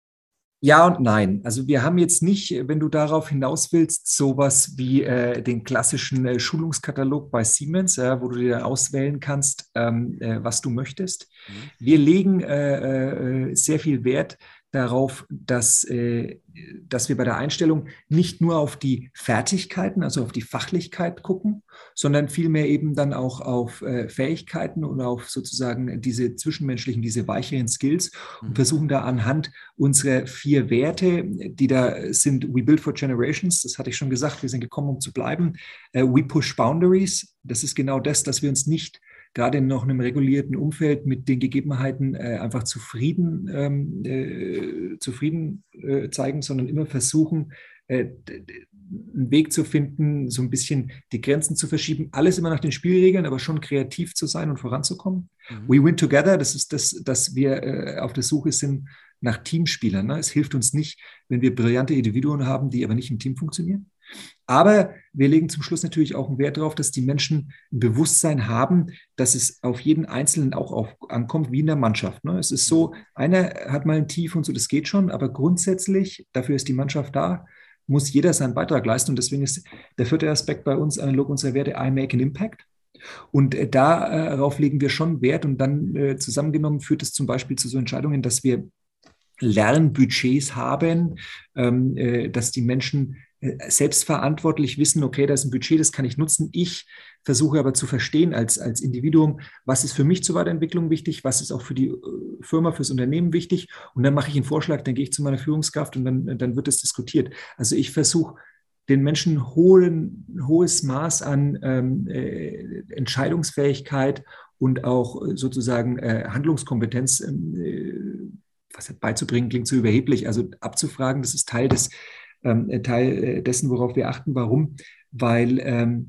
Ja und nein. Also wir haben jetzt nicht, wenn du darauf hinaus willst, sowas wie äh, den klassischen äh, Schulungskatalog bei Siemens, äh, wo du dir auswählen kannst, ähm, äh, was du möchtest. Mhm. Wir legen äh, äh, sehr viel Wert darauf, dass, äh, dass wir bei der Einstellung nicht nur auf die Fertigkeiten, also auf die Fachlichkeit gucken, sondern vielmehr eben dann auch auf äh, Fähigkeiten und auf sozusagen diese zwischenmenschlichen, diese weicheren Skills und versuchen da anhand unserer vier Werte, die da sind, we build for generations, das hatte ich schon gesagt, wir sind gekommen, um zu bleiben, uh, we push boundaries, das ist genau das, dass wir uns nicht gerade in noch einem regulierten Umfeld mit den Gegebenheiten äh, einfach zufrieden, ähm, äh, zufrieden äh, zeigen, sondern immer versuchen, äh, einen Weg zu finden, so ein bisschen die Grenzen zu verschieben. Alles immer nach den Spielregeln, aber schon kreativ zu sein und voranzukommen. Mhm. We win together, das ist das, dass wir äh, auf der Suche sind nach Teamspielern. Ne? Es hilft uns nicht, wenn wir brillante Individuen haben, die aber nicht im Team funktionieren. Aber wir legen zum Schluss natürlich auch einen Wert darauf, dass die Menschen ein Bewusstsein haben, dass es auf jeden Einzelnen auch auf, ankommt, wie in der Mannschaft. Ne? Es ist so, einer hat mal ein Tief und so, das geht schon, aber grundsätzlich, dafür ist die Mannschaft da, muss jeder seinen Beitrag leisten. Und deswegen ist der vierte Aspekt bei uns analog unserer Werte I make an impact. Und äh, darauf legen wir schon Wert. Und dann äh, zusammengenommen führt es zum Beispiel zu so Entscheidungen, dass wir Lernbudgets haben, ähm, äh, dass die Menschen äh, selbstverantwortlich wissen, okay, da ist ein Budget, das kann ich nutzen. Ich versuche aber zu verstehen als, als Individuum, was ist für mich zur Weiterentwicklung wichtig, was ist auch für die äh, Firma, fürs Unternehmen wichtig. Und dann mache ich einen Vorschlag, dann gehe ich zu meiner Führungskraft und dann, dann wird es diskutiert. Also ich versuche, den Menschen hohen, hohes Maß an ähm, äh, Entscheidungsfähigkeit und auch sozusagen äh, Handlungskompetenz äh, was beizubringen, klingt so überheblich, also abzufragen, das ist Teil des ähm, Teil dessen, worauf wir achten. Warum? Weil ähm,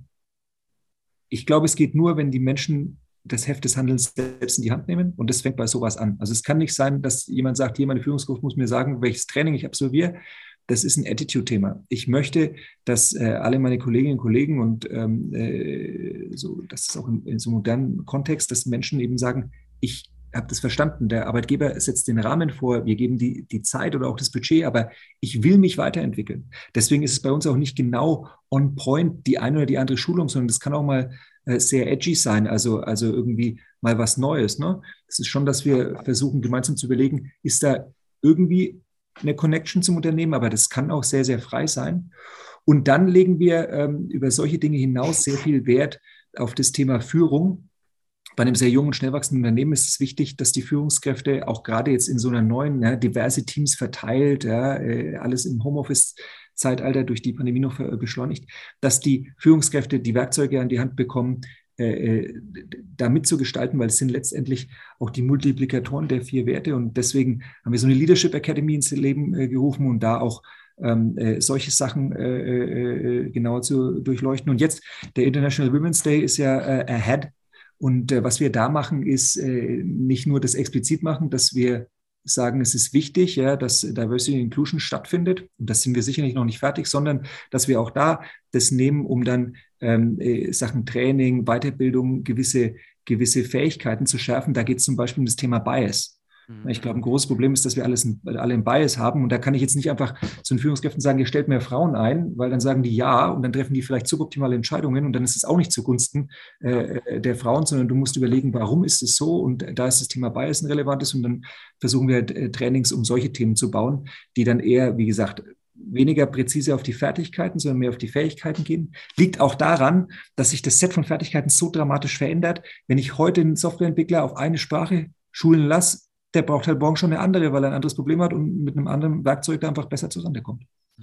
ich glaube, es geht nur, wenn die Menschen das Heft des Handelns selbst in die Hand nehmen, und das fängt bei sowas an. Also es kann nicht sein, dass jemand sagt, hier, meine Führungskraft muss mir sagen, welches Training ich absolviere. Das ist ein Attitude-Thema. Ich möchte, dass äh, alle meine Kolleginnen und Kollegen und ähm, äh, so, das ist auch in, in so einem modernen Kontext, dass Menschen eben sagen, ich habe das verstanden, der Arbeitgeber setzt den Rahmen vor, wir geben die, die Zeit oder auch das Budget, aber ich will mich weiterentwickeln. Deswegen ist es bei uns auch nicht genau on point die eine oder die andere Schulung, sondern das kann auch mal äh, sehr edgy sein, also, also irgendwie mal was Neues. Ne? Es ist schon, dass wir versuchen, gemeinsam zu überlegen, ist da irgendwie eine Connection zum Unternehmen, aber das kann auch sehr, sehr frei sein. Und dann legen wir ähm, über solche Dinge hinaus sehr viel Wert auf das Thema Führung. Bei einem sehr jungen, schnell wachsenden Unternehmen ist es wichtig, dass die Führungskräfte auch gerade jetzt in so einer neuen, ja, diverse Teams verteilt, ja, alles im Homeoffice-Zeitalter durch die Pandemie noch beschleunigt, dass die Führungskräfte die Werkzeuge an die Hand bekommen, äh, da mitzugestalten, weil es sind letztendlich auch die Multiplikatoren der vier Werte. Und deswegen haben wir so eine Leadership Academy ins Leben äh, gerufen und da auch ähm, äh, solche Sachen äh, äh, genauer zu durchleuchten. Und jetzt, der International Women's Day ist ja äh, ahead. Und äh, was wir da machen, ist äh, nicht nur das explizit machen, dass wir sagen, es ist wichtig, ja, dass Diversity and Inclusion stattfindet. Und das sind wir sicherlich noch nicht fertig, sondern dass wir auch da das nehmen, um dann ähm, äh, Sachen Training, Weiterbildung, gewisse, gewisse Fähigkeiten zu schärfen. Da geht es zum Beispiel um das Thema Bias. Ich glaube, ein großes Problem ist, dass wir alles, alle einen Bias haben. Und da kann ich jetzt nicht einfach zu den Führungskräften sagen, ihr stellt mehr Frauen ein, weil dann sagen die ja und dann treffen die vielleicht suboptimale Entscheidungen und dann ist es auch nicht zugunsten äh, der Frauen, sondern du musst überlegen, warum ist es so? Und da ist das Thema Bias ein relevantes und dann versuchen wir äh, Trainings, um solche Themen zu bauen, die dann eher, wie gesagt, weniger präzise auf die Fertigkeiten, sondern mehr auf die Fähigkeiten gehen. Liegt auch daran, dass sich das Set von Fertigkeiten so dramatisch verändert. Wenn ich heute einen Softwareentwickler auf eine Sprache schulen lasse, der braucht halt morgen schon eine andere, weil er ein anderes Problem hat und mit einem anderen Werkzeug da einfach besser zustande kommt.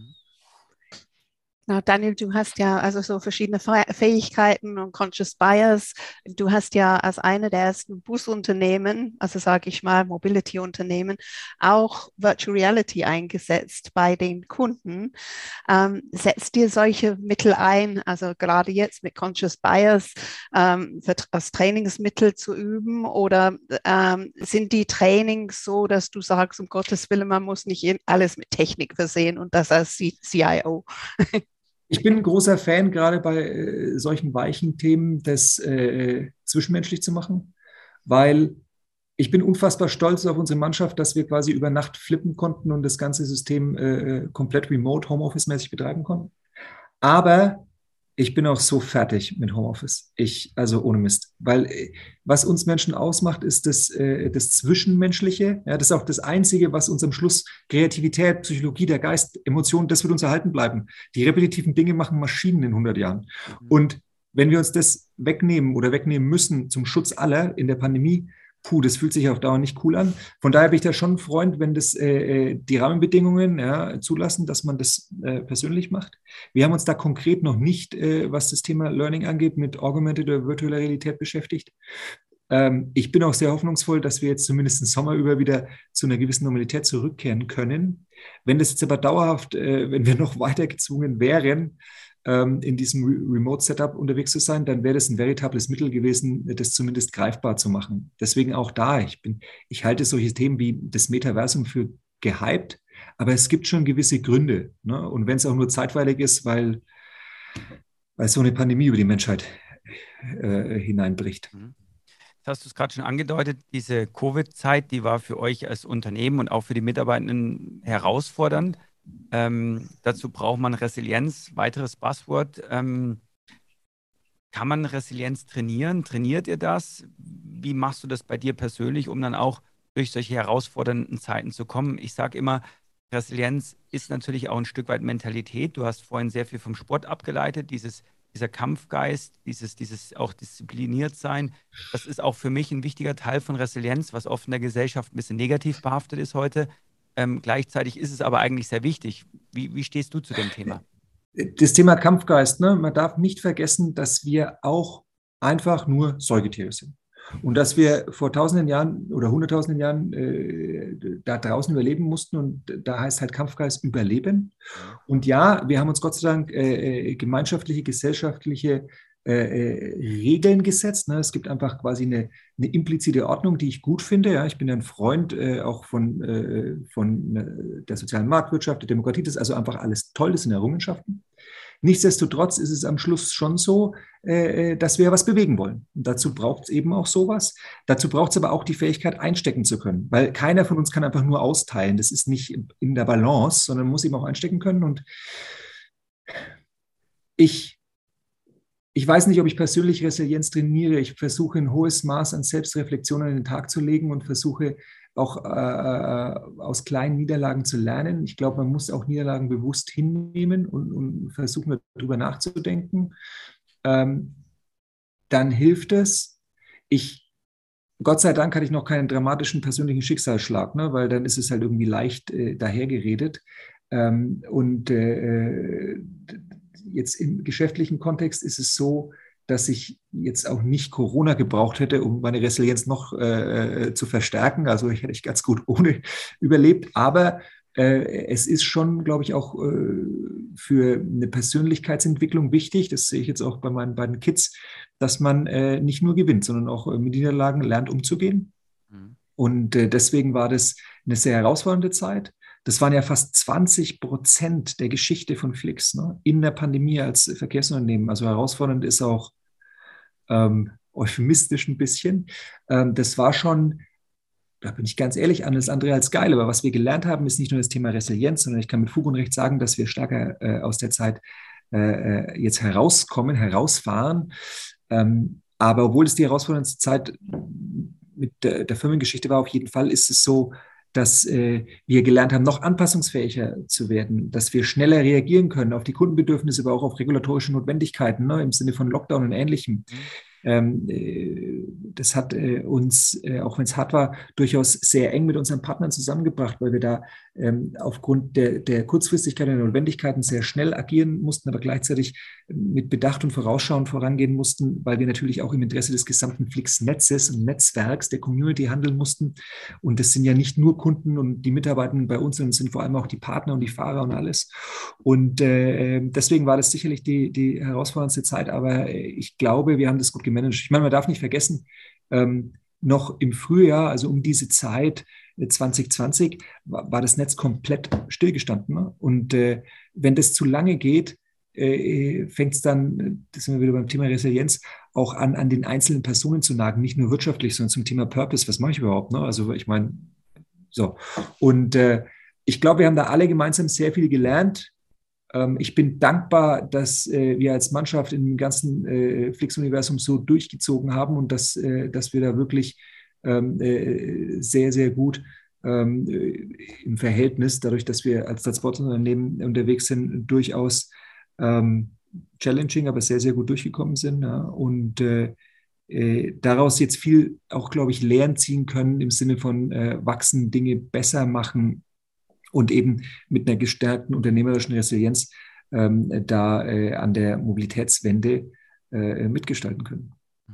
Na, Daniel, du hast ja also so verschiedene Fähigkeiten und Conscious Bias. Du hast ja als eine der ersten Busunternehmen, also sage ich mal Mobility-Unternehmen, auch Virtual Reality eingesetzt bei den Kunden. Ähm, setzt dir solche Mittel ein, also gerade jetzt mit Conscious Bias ähm, als Trainingsmittel zu üben, oder ähm, sind die Trainings so, dass du sagst, um Gottes Willen, man muss nicht alles mit Technik versehen und das als C I O? Ich bin ein großer Fan, gerade bei äh, solchen weichen Themen, das äh, zwischenmenschlich zu machen, weil ich bin unfassbar stolz auf unsere Mannschaft, dass wir quasi über Nacht flippen konnten und das ganze System äh, komplett remote, Homeoffice-mäßig betreiben konnten. Aber ich bin auch so fertig mit Homeoffice. Ich, also ohne Mist. Weil äh, was uns Menschen ausmacht, ist das, äh, das Zwischenmenschliche. Ja, das ist auch das Einzige, was uns am Schluss Kreativität, Psychologie, der Geist, Emotionen, das wird uns erhalten bleiben. Die repetitiven Dinge machen Maschinen in hundert Jahren. Mhm. Und wenn wir uns das wegnehmen oder wegnehmen müssen zum Schutz aller in der Pandemie, puh, das fühlt sich auf Dauer nicht cool an. Von daher bin ich da schon ein Freund, wenn das äh, die Rahmenbedingungen ja, zulassen, dass man das äh, persönlich macht. Wir haben uns da konkret noch nicht, äh, was das Thema Learning angeht, mit Augmented oder virtueller Realität beschäftigt. Ähm, ich bin auch sehr hoffnungsvoll, dass wir jetzt zumindest im Sommer über wieder zu einer gewissen Normalität zurückkehren können. Wenn das jetzt aber dauerhaft, äh, wenn wir noch weiter gezwungen wären, in diesem Remote-Setup unterwegs zu sein, dann wäre das ein veritables Mittel gewesen, das zumindest greifbar zu machen. Deswegen auch da, ich bin, ich halte solche Themen wie das Metaversum für gehypt, aber es gibt schon gewisse Gründe. Ne? Und wenn es auch nur zeitweilig ist, weil, weil so eine Pandemie über die Menschheit äh, hineinbricht. Jetzt hast du es gerade schon angedeutet, diese Covid-Zeit, die war für euch als Unternehmen und auch für die Mitarbeitenden herausfordernd. Ähm, dazu braucht man Resilienz, weiteres Buzzword. Ähm, kann man Resilienz trainieren? Trainiert ihr das? Wie machst du das bei dir persönlich, um dann auch durch solche herausfordernden Zeiten zu kommen? Ich sage immer, Resilienz ist natürlich auch ein Stück weit Mentalität. Du hast vorhin sehr viel vom Sport abgeleitet, dieses, dieser Kampfgeist, dieses, dieses auch diszipliniert sein. Das ist auch für mich ein wichtiger Teil von Resilienz, was oft in der Gesellschaft ein bisschen negativ behaftet ist heute. Ähm, gleichzeitig ist es aber eigentlich sehr wichtig. Wie, wie stehst du zu dem Thema? Das Thema Kampfgeist, ne? Man darf nicht vergessen, dass wir auch einfach nur Säugetiere sind. Und dass wir vor tausenden Jahren oder hunderttausenden Jahren äh, da draußen überleben mussten. Und da heißt halt Kampfgeist überleben. Und ja, wir haben uns Gott sei Dank äh, gemeinschaftliche, gesellschaftliche äh, Regeln gesetzt. Ne? Es gibt einfach quasi eine, eine implizite Ordnung, die ich gut finde. Ja? Ich bin ein Freund äh, auch von, äh, von äh, der sozialen Marktwirtschaft, der Demokratie. Das ist also einfach alles toll, das sind Errungenschaften. Nichtsdestotrotz ist es am Schluss schon so, äh, dass wir was bewegen wollen. Und dazu braucht es eben auch sowas. Dazu braucht es aber auch die Fähigkeit, einstecken zu können. Weil keiner von uns kann einfach nur austeilen. Das ist nicht in der Balance, sondern muss eben auch einstecken können. Und ich, ich weiß nicht, ob ich persönlich Resilienz trainiere. Ich versuche ein hohes Maß an Selbstreflexion an den Tag zu legen und versuche auch äh, aus kleinen Niederlagen zu lernen. Ich glaube, man muss auch Niederlagen bewusst hinnehmen und, und versuchen, darüber nachzudenken. Ähm, dann hilft es. Ich, Gott sei Dank hatte ich noch keinen dramatischen persönlichen Schicksalsschlag, ne? Weil dann ist es halt irgendwie leicht äh, dahergeredet. Ähm, und äh, jetzt im geschäftlichen Kontext ist es so, dass ich jetzt auch nicht Corona gebraucht hätte, um meine Resilienz noch äh, zu verstärken. Also ich hätte ich ganz gut ohne überlebt. Aber äh, es ist schon, glaube ich, auch äh, für eine Persönlichkeitsentwicklung wichtig, das sehe ich jetzt auch bei meinen beiden Kids, dass man äh, nicht nur gewinnt, sondern auch äh, mit Niederlagen lernt umzugehen. Mhm. Und äh, deswegen war das eine sehr herausfordernde Zeit. Das waren ja fast zwanzig Prozent der Geschichte von Flix, ne, in der Pandemie als Verkehrsunternehmen. Also herausfordernd ist auch ähm, euphemistisch ein bisschen. Ähm, das war schon, da bin ich ganz ehrlich, alles andere als geil. Aber was wir gelernt haben, ist nicht nur das Thema Resilienz, sondern ich kann mit Fug und Recht sagen, dass wir stärker äh, aus der Zeit äh, jetzt herauskommen, herausfahren. Ähm, aber obwohl es die herausfordernde Zeit mit der, der Firmengeschichte war, auf jeden Fall ist es so, dass äh, wir gelernt haben, noch anpassungsfähiger zu werden, dass wir schneller reagieren können auf die Kundenbedürfnisse, aber auch auf regulatorische Notwendigkeiten, ne, im Sinne von Lockdown und Ähnlichem. Mhm. Ähm, äh, das hat äh, uns, äh, auch wenn es hart war, durchaus sehr eng mit unseren Partnern zusammengebracht, weil wir da ähm, aufgrund der, der Kurzfristigkeit und der Notwendigkeiten sehr schnell agieren mussten, aber gleichzeitig mit Bedacht und Vorausschauend vorangehen mussten, weil wir natürlich auch im Interesse des gesamten Flix-Netzes und Netzwerks der Community handeln mussten. Und das sind ja nicht nur Kunden und die Mitarbeitenden bei uns, sondern es sind vor allem auch die Partner und die Fahrer und alles. Und äh, deswegen war das sicherlich die, die herausforderndste Zeit, aber ich glaube, wir haben das gut gemanagt. Ich meine, man darf nicht vergessen, ähm, noch im Frühjahr, also um diese Zeit äh, zwanzig zwanzig, war, war das Netz komplett stillgestanden. Ne? Und äh, wenn das zu lange geht, äh, fängt es dann, das sind wir wieder beim Thema Resilienz, auch an, an den einzelnen Personen zu nagen, nicht nur wirtschaftlich, sondern zum Thema Purpose. Was mache ich überhaupt? Ne? Also ich meine, so. Und äh, ich glaube, wir haben da alle gemeinsam sehr viel gelernt. Ich bin dankbar, dass äh, wir als Mannschaft in dem ganzen äh, Flix-Universum so durchgezogen haben und dass, äh, dass wir da wirklich ähm, äh, sehr, sehr gut ähm, im Verhältnis, dadurch, dass wir als Transportunternehmen unterwegs sind, durchaus ähm, challenging, aber sehr, sehr gut durchgekommen sind. Ja? Und äh, äh, daraus jetzt viel auch, glaube ich, Lehren ziehen können im Sinne von äh, wachsen, Dinge besser machen, und eben mit einer gestärkten unternehmerischen Resilienz ähm, da äh, an der Mobilitätswende äh, mitgestalten können.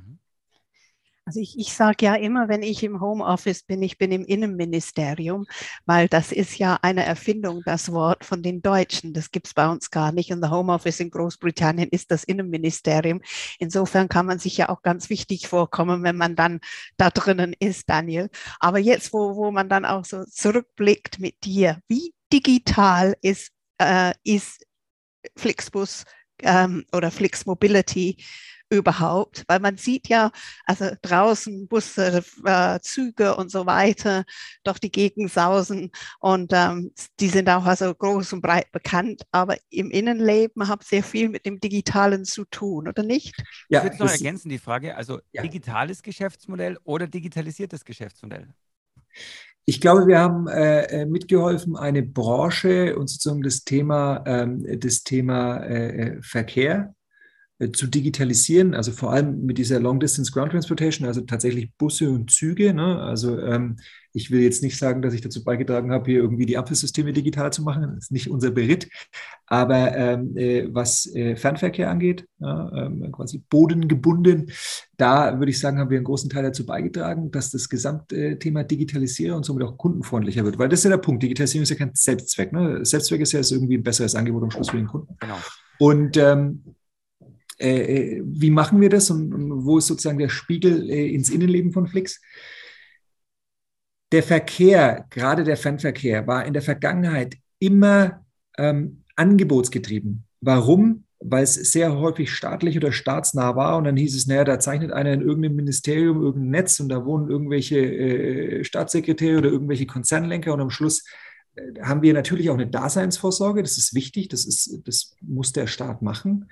Also ich, ich sage ja immer, wenn ich im Homeoffice bin, ich bin im Innenministerium, weil das ist ja eine Erfindung, das Wort von den Deutschen. Das gibt es bei uns gar nicht. Und das Homeoffice in Großbritannien ist das Innenministerium. Insofern kann man sich ja auch ganz wichtig vorkommen, wenn man dann da drinnen ist, Daniel. Aber jetzt, wo, wo man dann auch so zurückblickt mit dir, wie digital ist, äh, ist Flixbus ähm, oder Flix Mobility überhaupt, weil man sieht ja, also draußen Busse, äh, Züge und so weiter durch die Gegend sausen und ähm, die sind auch also groß und breit bekannt, aber im Innenleben hat sehr viel mit dem Digitalen zu tun, oder nicht? Ja, ich würde es noch ergänzen, die Frage, also ja. digitales Geschäftsmodell oder digitalisiertes Geschäftsmodell? Ich glaube, wir haben äh, mitgeholfen, eine Branche und sozusagen das Thema, ähm, das Thema äh, Verkehr zu digitalisieren, also vor allem mit dieser Long-Distance Ground Transportation, also tatsächlich Busse und Züge. Ne? Also ähm, ich will jetzt nicht sagen, dass ich dazu beigetragen habe, hier irgendwie die Ampelsysteme digital zu machen. Das ist nicht unser Beritt. Aber ähm, äh, was äh, Fernverkehr angeht, ja, ähm, quasi bodengebunden, da würde ich sagen, haben wir einen großen Teil dazu beigetragen, dass das Gesamtthema Digitalisierung und somit auch kundenfreundlicher wird. Weil das ist ja der Punkt. Digitalisierung ist ja kein Selbstzweck. Ne? Selbstzweck ist ja ist irgendwie ein besseres Angebot am Schluss für den Kunden. Genau. Und ähm, Äh, wie machen wir das und, und wo ist sozusagen der Spiegel äh, ins Innenleben von Flix? Der Verkehr, gerade der Fernverkehr, war in der Vergangenheit immer ähm, angebotsgetrieben. Warum? Weil es sehr häufig staatlich oder staatsnah war und dann hieß es, naja, da zeichnet einer in irgendeinem Ministerium irgendein Netz und da wohnen irgendwelche äh, Staatssekretäre oder irgendwelche Konzernlenker und am Schluss äh, haben wir natürlich auch eine Daseinsvorsorge, das ist wichtig, das, ist, das muss der Staat machen.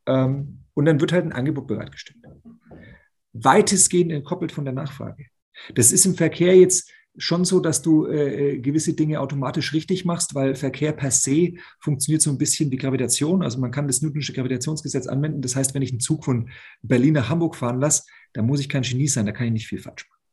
Und dann wird halt ein Angebot bereitgestellt. Weitestgehend entkoppelt von der Nachfrage. Das ist im Verkehr jetzt schon so, dass du äh, gewisse Dinge automatisch richtig machst, weil Verkehr per se funktioniert so ein bisschen wie Gravitation. Also man kann das Newtonsche Gravitationsgesetz anwenden. Das heißt, wenn ich einen Zug von Berlin nach Hamburg fahren lasse, dann muss ich kein Genie sein, da kann ich nicht viel falsch machen.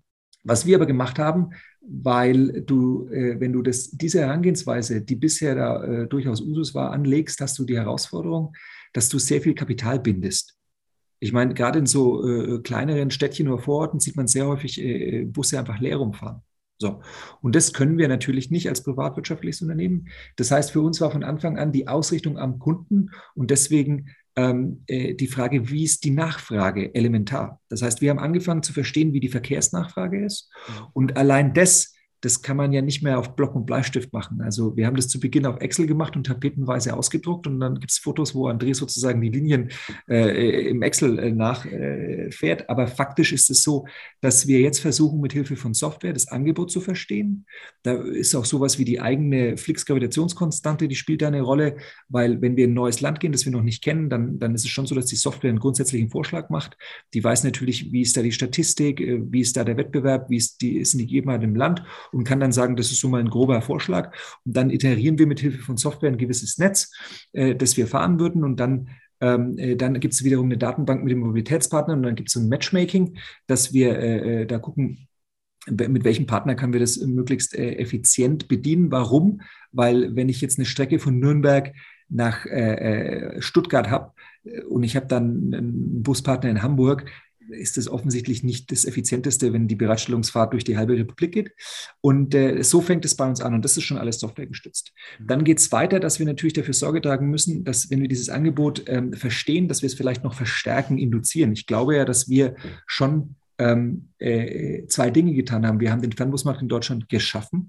Was wir aber gemacht haben, weil du, äh, wenn du das, diese Herangehensweise, die bisher da äh, durchaus Usus war, anlegst, hast du die Herausforderung, dass du sehr viel Kapital bindest. Ich meine, gerade in so äh, kleineren Städtchen oder Vororten sieht man sehr häufig äh, Busse einfach leer rumfahren. So. Und das können wir natürlich nicht als privatwirtschaftliches Unternehmen. Das heißt, für uns war von Anfang an die Ausrichtung am Kunden und deswegen ähm, äh, die Frage, wie ist die Nachfrage, elementar. Das heißt, wir haben angefangen zu verstehen, wie die Verkehrsnachfrage ist und allein das, das kann man ja nicht mehr auf Block und Bleistift machen. Also wir haben das zu Beginn auf Excel gemacht und tapetenweise ausgedruckt und dann gibt es Fotos, wo André sozusagen die Linien äh, im Excel äh, nachfährt. Äh, Aber faktisch ist es so, dass wir jetzt versuchen, mit Hilfe von Software das Angebot zu verstehen. Da ist auch sowas wie die eigene Flix-Gravitationskonstante, die spielt da eine Rolle, weil wenn wir in ein neues Land gehen, das wir noch nicht kennen, dann, dann ist es schon so, dass die Software einen grundsätzlichen Vorschlag macht. Die weiß natürlich, wie ist da die Statistik, wie ist da der Wettbewerb, wie ist die, sind die Gegebenheiten im Land und kann dann sagen, das ist so mal ein grober Vorschlag. Und dann iterieren wir mit Hilfe von Software ein gewisses Netz, äh, das wir fahren würden. Und dann, ähm, äh, dann gibt es wiederum eine Datenbank mit dem Mobilitätspartner und dann gibt es so ein Matchmaking, dass wir äh, da gucken, mit welchem Partner können wir das möglichst äh, effizient bedienen. Warum? Weil wenn ich jetzt eine Strecke von Nürnberg nach äh, Stuttgart habe und ich habe dann einen Buspartner in Hamburg, ist es offensichtlich nicht das Effizienteste, wenn die Bereitstellungsfahrt durch die halbe Republik geht. Und äh, so fängt es bei uns an und das ist schon alles softwaregestützt. Dann geht es weiter, dass wir natürlich dafür Sorge tragen müssen, dass wenn wir dieses Angebot ähm, verstehen, dass wir es vielleicht noch verstärken, induzieren. Ich glaube ja, dass wir schon ähm, äh, zwei Dinge getan haben. Wir haben den Fernbusmarkt in Deutschland geschaffen.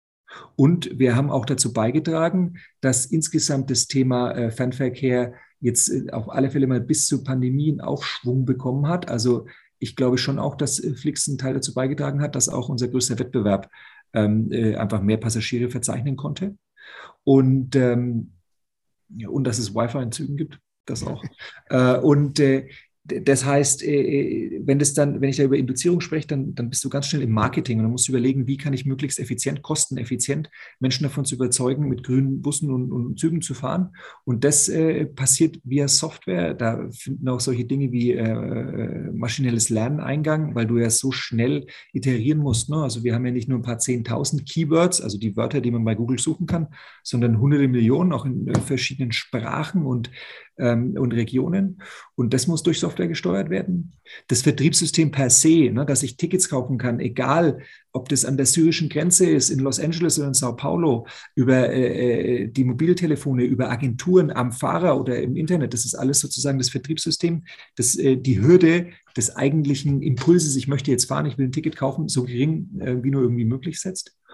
Und wir haben auch dazu beigetragen, dass insgesamt das Thema äh, Fernverkehr jetzt äh, auf alle Fälle mal bis zur Pandemie einen Aufschwung bekommen hat. Also ich glaube schon auch, dass äh, Flix einen Teil dazu beigetragen hat, dass auch unser größter Wettbewerb ähm, äh, einfach mehr Passagiere verzeichnen konnte. Und, ähm, ja, und dass es Wi-Fi in Zügen gibt, das auch. äh, und äh, Das heißt, wenn, das dann, wenn ich da über Induzierung spreche, dann, dann bist du ganz schnell im Marketing und dann musst du überlegen, wie kann ich möglichst effizient, kosteneffizient Menschen davon zu überzeugen, mit grünen Bussen und, und Zügen zu fahren. Und das äh, passiert via Software. Da finden auch solche Dinge wie äh, maschinelles Lernen Eingang, weil du ja so schnell iterieren musst. Ne? Also wir haben ja nicht nur ein paar zehntausend Keywords, also die Wörter, die man bei Google suchen kann, sondern hunderte Millionen, auch in äh, verschiedenen Sprachen und und Regionen. Und das muss durch Software gesteuert werden. Das Vertriebssystem per se, ne, dass ich Tickets kaufen kann, egal ob das an der syrischen Grenze ist, in Los Angeles oder in Sao Paulo, über äh, die Mobiltelefone, über Agenturen am Fahrer oder im Internet, das ist alles sozusagen das Vertriebssystem, das äh, die Hürde des eigentlichen Impulses, ich möchte jetzt fahren, ich will ein Ticket kaufen, so gering äh, wie nur irgendwie möglich setzt.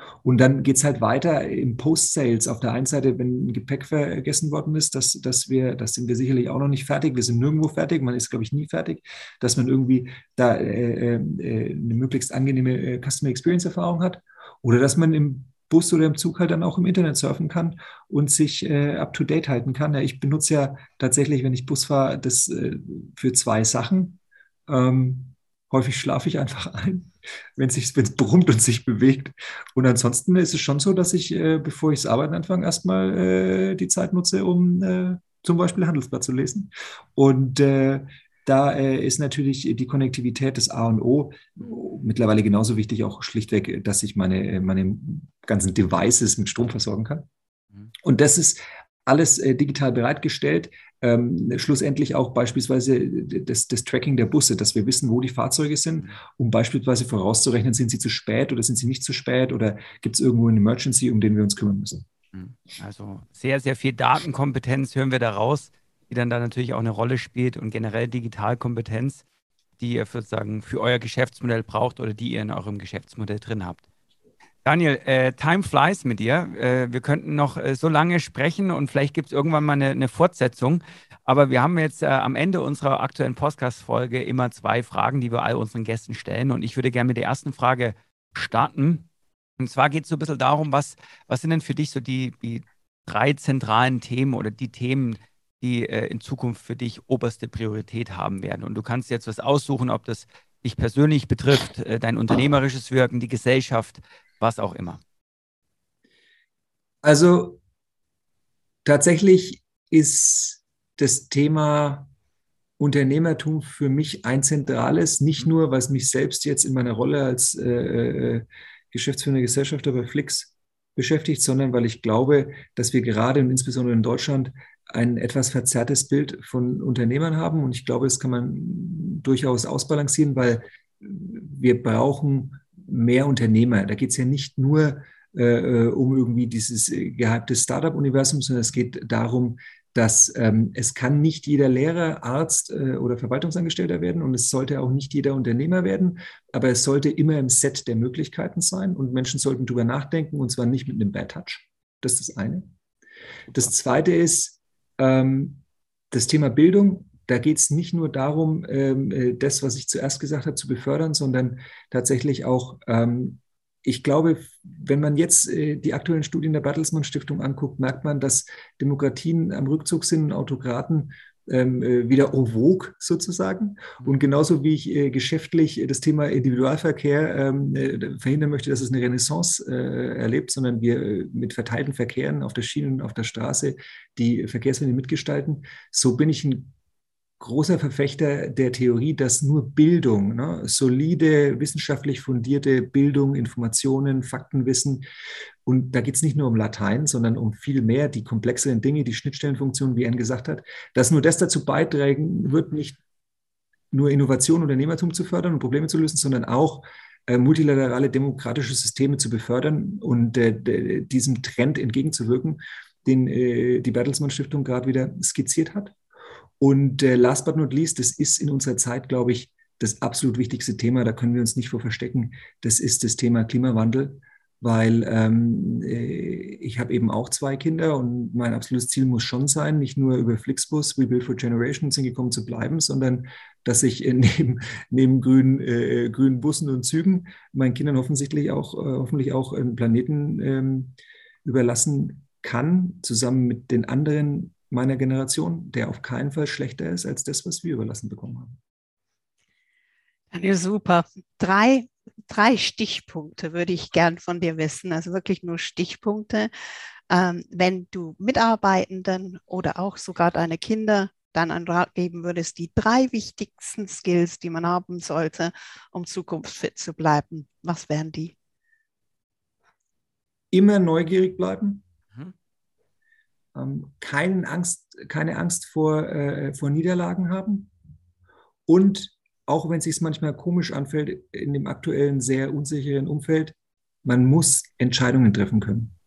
Und dann geht es halt weiter im Post-Sales. Auf der einen Seite, wenn Gepäck vergessen worden ist, dass, dass wir, das sind wir sicherlich auch noch nicht fertig. Wir sind nirgendwo fertig. Man ist, glaube ich, nie fertig, dass man irgendwie da äh, äh, eine möglichst angenehme äh, Customer Experience-Erfahrung hat. Oder dass man im Bus oder im Zug halt dann auch im Internet surfen kann und sich äh, up-to-date halten kann. Ja, ich benutze ja tatsächlich, wenn ich Bus fahre, das äh, für zwei Sachen. Ähm, häufig schlafe ich einfach ein, wenn es brummt und sich bewegt. Und ansonsten ist es schon so, dass ich, äh, bevor ich das Arbeiten anfange, erstmal äh, die Zeit nutze, um äh, zum Beispiel Handelsblatt zu lesen. Und äh, da äh, ist natürlich die Konnektivität des A und O mittlerweile genauso wichtig, auch schlichtweg, dass ich meine, meine ganzen Devices mit Strom versorgen kann. Und das ist alles äh, digital bereitgestellt. Ähm, schlussendlich auch beispielsweise das, das Tracking der Busse, dass wir wissen, wo die Fahrzeuge sind, um beispielsweise vorauszurechnen, sind sie zu spät oder sind sie nicht zu spät oder gibt es irgendwo eine Emergency, um den wir uns kümmern müssen. Also sehr, sehr viel Datenkompetenz hören wir da raus, die dann da natürlich auch eine Rolle spielt und generell Digitalkompetenz, die ihr für, sagen, für euer Geschäftsmodell braucht oder die ihr in eurem Geschäftsmodell drin habt. Daniel, äh, time flies mit dir. Äh, wir könnten noch äh, so lange sprechen und vielleicht gibt es irgendwann mal eine, eine Fortsetzung. Aber wir haben jetzt äh, am Ende unserer aktuellen Podcast-Folge immer zwei Fragen, die wir all unseren Gästen stellen. Und ich würde gerne mit der ersten Frage starten. Und zwar geht es so ein bisschen darum, was, was sind denn für dich so die, die drei zentralen Themen oder die Themen, die äh, in Zukunft für dich oberste Priorität haben werden? Und du kannst jetzt was aussuchen, ob das dich persönlich betrifft, äh, dein unternehmerisches Wirken, die Gesellschaft, was auch immer. Also tatsächlich ist das Thema Unternehmertum für mich ein zentrales, nicht nur, was mich selbst jetzt in meiner Rolle als äh, geschäftsführender Gesellschafter bei Flix beschäftigt, sondern weil ich glaube, dass wir gerade und insbesondere in Deutschland ein etwas verzerrtes Bild von Unternehmern haben. Und ich glaube, das kann man durchaus ausbalancieren, weil wir brauchen mehr Unternehmer. Da geht es ja nicht nur äh, um irgendwie dieses gehypte Startup-Universum, sondern es geht darum, dass ähm, es kann nicht jeder Lehrer, Arzt äh, oder Verwaltungsangestellter werden und es sollte auch nicht jeder Unternehmer werden, aber es sollte immer im Set der Möglichkeiten sein und Menschen sollten darüber nachdenken und zwar nicht mit einem Bad Touch. Das ist das eine. Das zweite ist ähm, das Thema Bildung. Da geht es nicht nur darum, ähm, das, was ich zuerst gesagt habe, zu befördern, sondern tatsächlich auch, ähm, ich glaube, wenn man jetzt äh, die aktuellen Studien der Bertelsmann Stiftung anguckt, merkt man, dass Demokratien am Rückzug sind und Autokraten ähm, äh, wieder en vogue sozusagen. Und genauso wie ich äh, geschäftlich das Thema Individualverkehr ähm, äh, verhindern möchte, dass es eine Renaissance äh, erlebt, sondern wir äh, mit verteilten Verkehren auf der Schiene und auf der Straße die Verkehrswende mitgestalten, so bin ich ein großer Verfechter der Theorie, dass nur Bildung, ne, solide, wissenschaftlich fundierte Bildung, Informationen, Faktenwissen, und da geht es nicht nur um Latein, sondern um viel mehr, die komplexeren Dinge, die Schnittstellenfunktionen, wie Anne gesagt hat, dass nur das dazu beitragen wird, nicht nur Innovation und Unternehmertum zu fördern und Probleme zu lösen, sondern auch äh, multilaterale demokratische Systeme zu befördern und äh, diesem Trend entgegenzuwirken, den äh, die Bertelsmann Stiftung gerade wieder skizziert hat. Und äh, last but not least, das ist in unserer Zeit, glaube ich, das absolut wichtigste Thema, da können wir uns nicht vor verstecken, das ist das Thema Klimawandel, weil ähm, äh, ich habe eben auch zwei Kinder und mein absolutes Ziel muss schon sein, nicht nur über Flixbus, We Build for Generations hingekommen zu bleiben, sondern dass ich äh, neben, neben grünen, äh, grünen Bussen und Zügen meinen Kindern offensichtlich auch, äh, hoffentlich auch einen Planeten ähm, überlassen kann, zusammen mit den anderen meiner Generation, der auf keinen Fall schlechter ist als das, was wir überlassen bekommen haben. Ja, super. Drei, drei Stichpunkte würde ich gern von dir wissen, also wirklich nur Stichpunkte. Ähm, wenn du Mitarbeitenden oder auch sogar deine Kinder dann einen Rat geben würdest, die drei wichtigsten Skills, die man haben sollte, um zukunftsfit zu bleiben, was wären die? Immer neugierig bleiben. Mhm. Ähm, keine Angst, keine Angst vor, äh, vor Niederlagen haben und auch wenn es sich manchmal komisch anfällt, in dem aktuellen sehr unsicheren Umfeld, man muss Entscheidungen treffen können.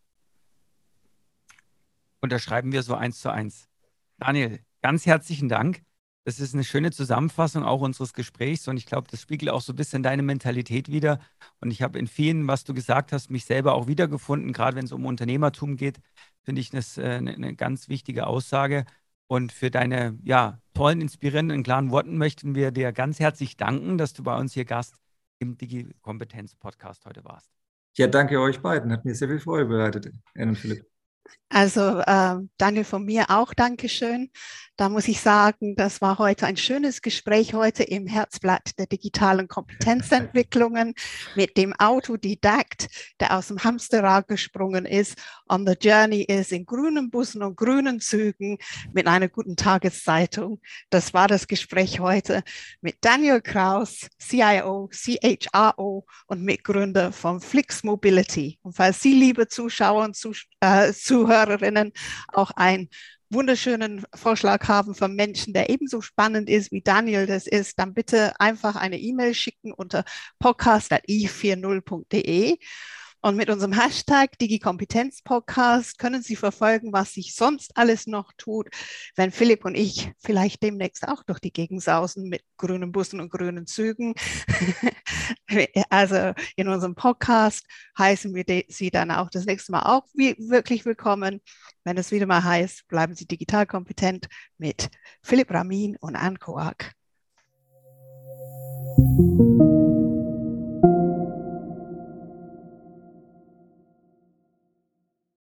Unterschreiben wir so eins zu eins. Daniel, ganz herzlichen Dank. das ist eine schöne Zusammenfassung auch unseres Gesprächs und ich glaube, das spiegelt auch so ein bisschen deine Mentalität wider. Und ich habe in vielen, was du gesagt hast, mich selber auch wiedergefunden. Gerade wenn es um Unternehmertum geht, finde ich das äh, eine, eine ganz wichtige Aussage. Und für deine ja, tollen, inspirierenden, klaren Worten möchten wir dir ganz herzlich danken, dass du bei uns hier Gast im Digi-Kompetenz-Podcast heute warst. Ja, danke euch beiden. Hat mir sehr viel Freude bereitet, Anne und Philipp. Also äh, Daniel, von mir auch Dankeschön. Da muss ich sagen, das war heute ein schönes Gespräch heute im Herzblatt der digitalen Kompetenzentwicklungen mit dem Autodidakt, der aus dem Hamsterrad gesprungen ist, on the journey ist, in grünen Bussen und grünen Zügen mit einer guten Tageszeitung. Das war das Gespräch heute mit Daniel Kraus, C I O, C H R O und Mitgründer von Flix Mobility. Und falls Sie, liebe Zuschauer und Zuh äh, Zuhörerinnen, auch einen wunderschönen Vorschlag haben von Menschen, der ebenso spannend ist, wie Daniel das ist, dann bitte einfach eine E-Mail schicken unter podcast at i vierzig punkt de. Und mit unserem Hashtag DigiKompetenzPodcast können Sie verfolgen, was sich sonst alles noch tut, wenn Philipp und ich vielleicht demnächst auch durch die Gegend sausen mit grünen Bussen und grünen Zügen. Also in unserem Podcast heißen wir Sie dann auch das nächste Mal auch wirklich willkommen, wenn es wieder mal heißt, bleiben Sie digital kompetent mit Philipp Ramin und Anne Koak.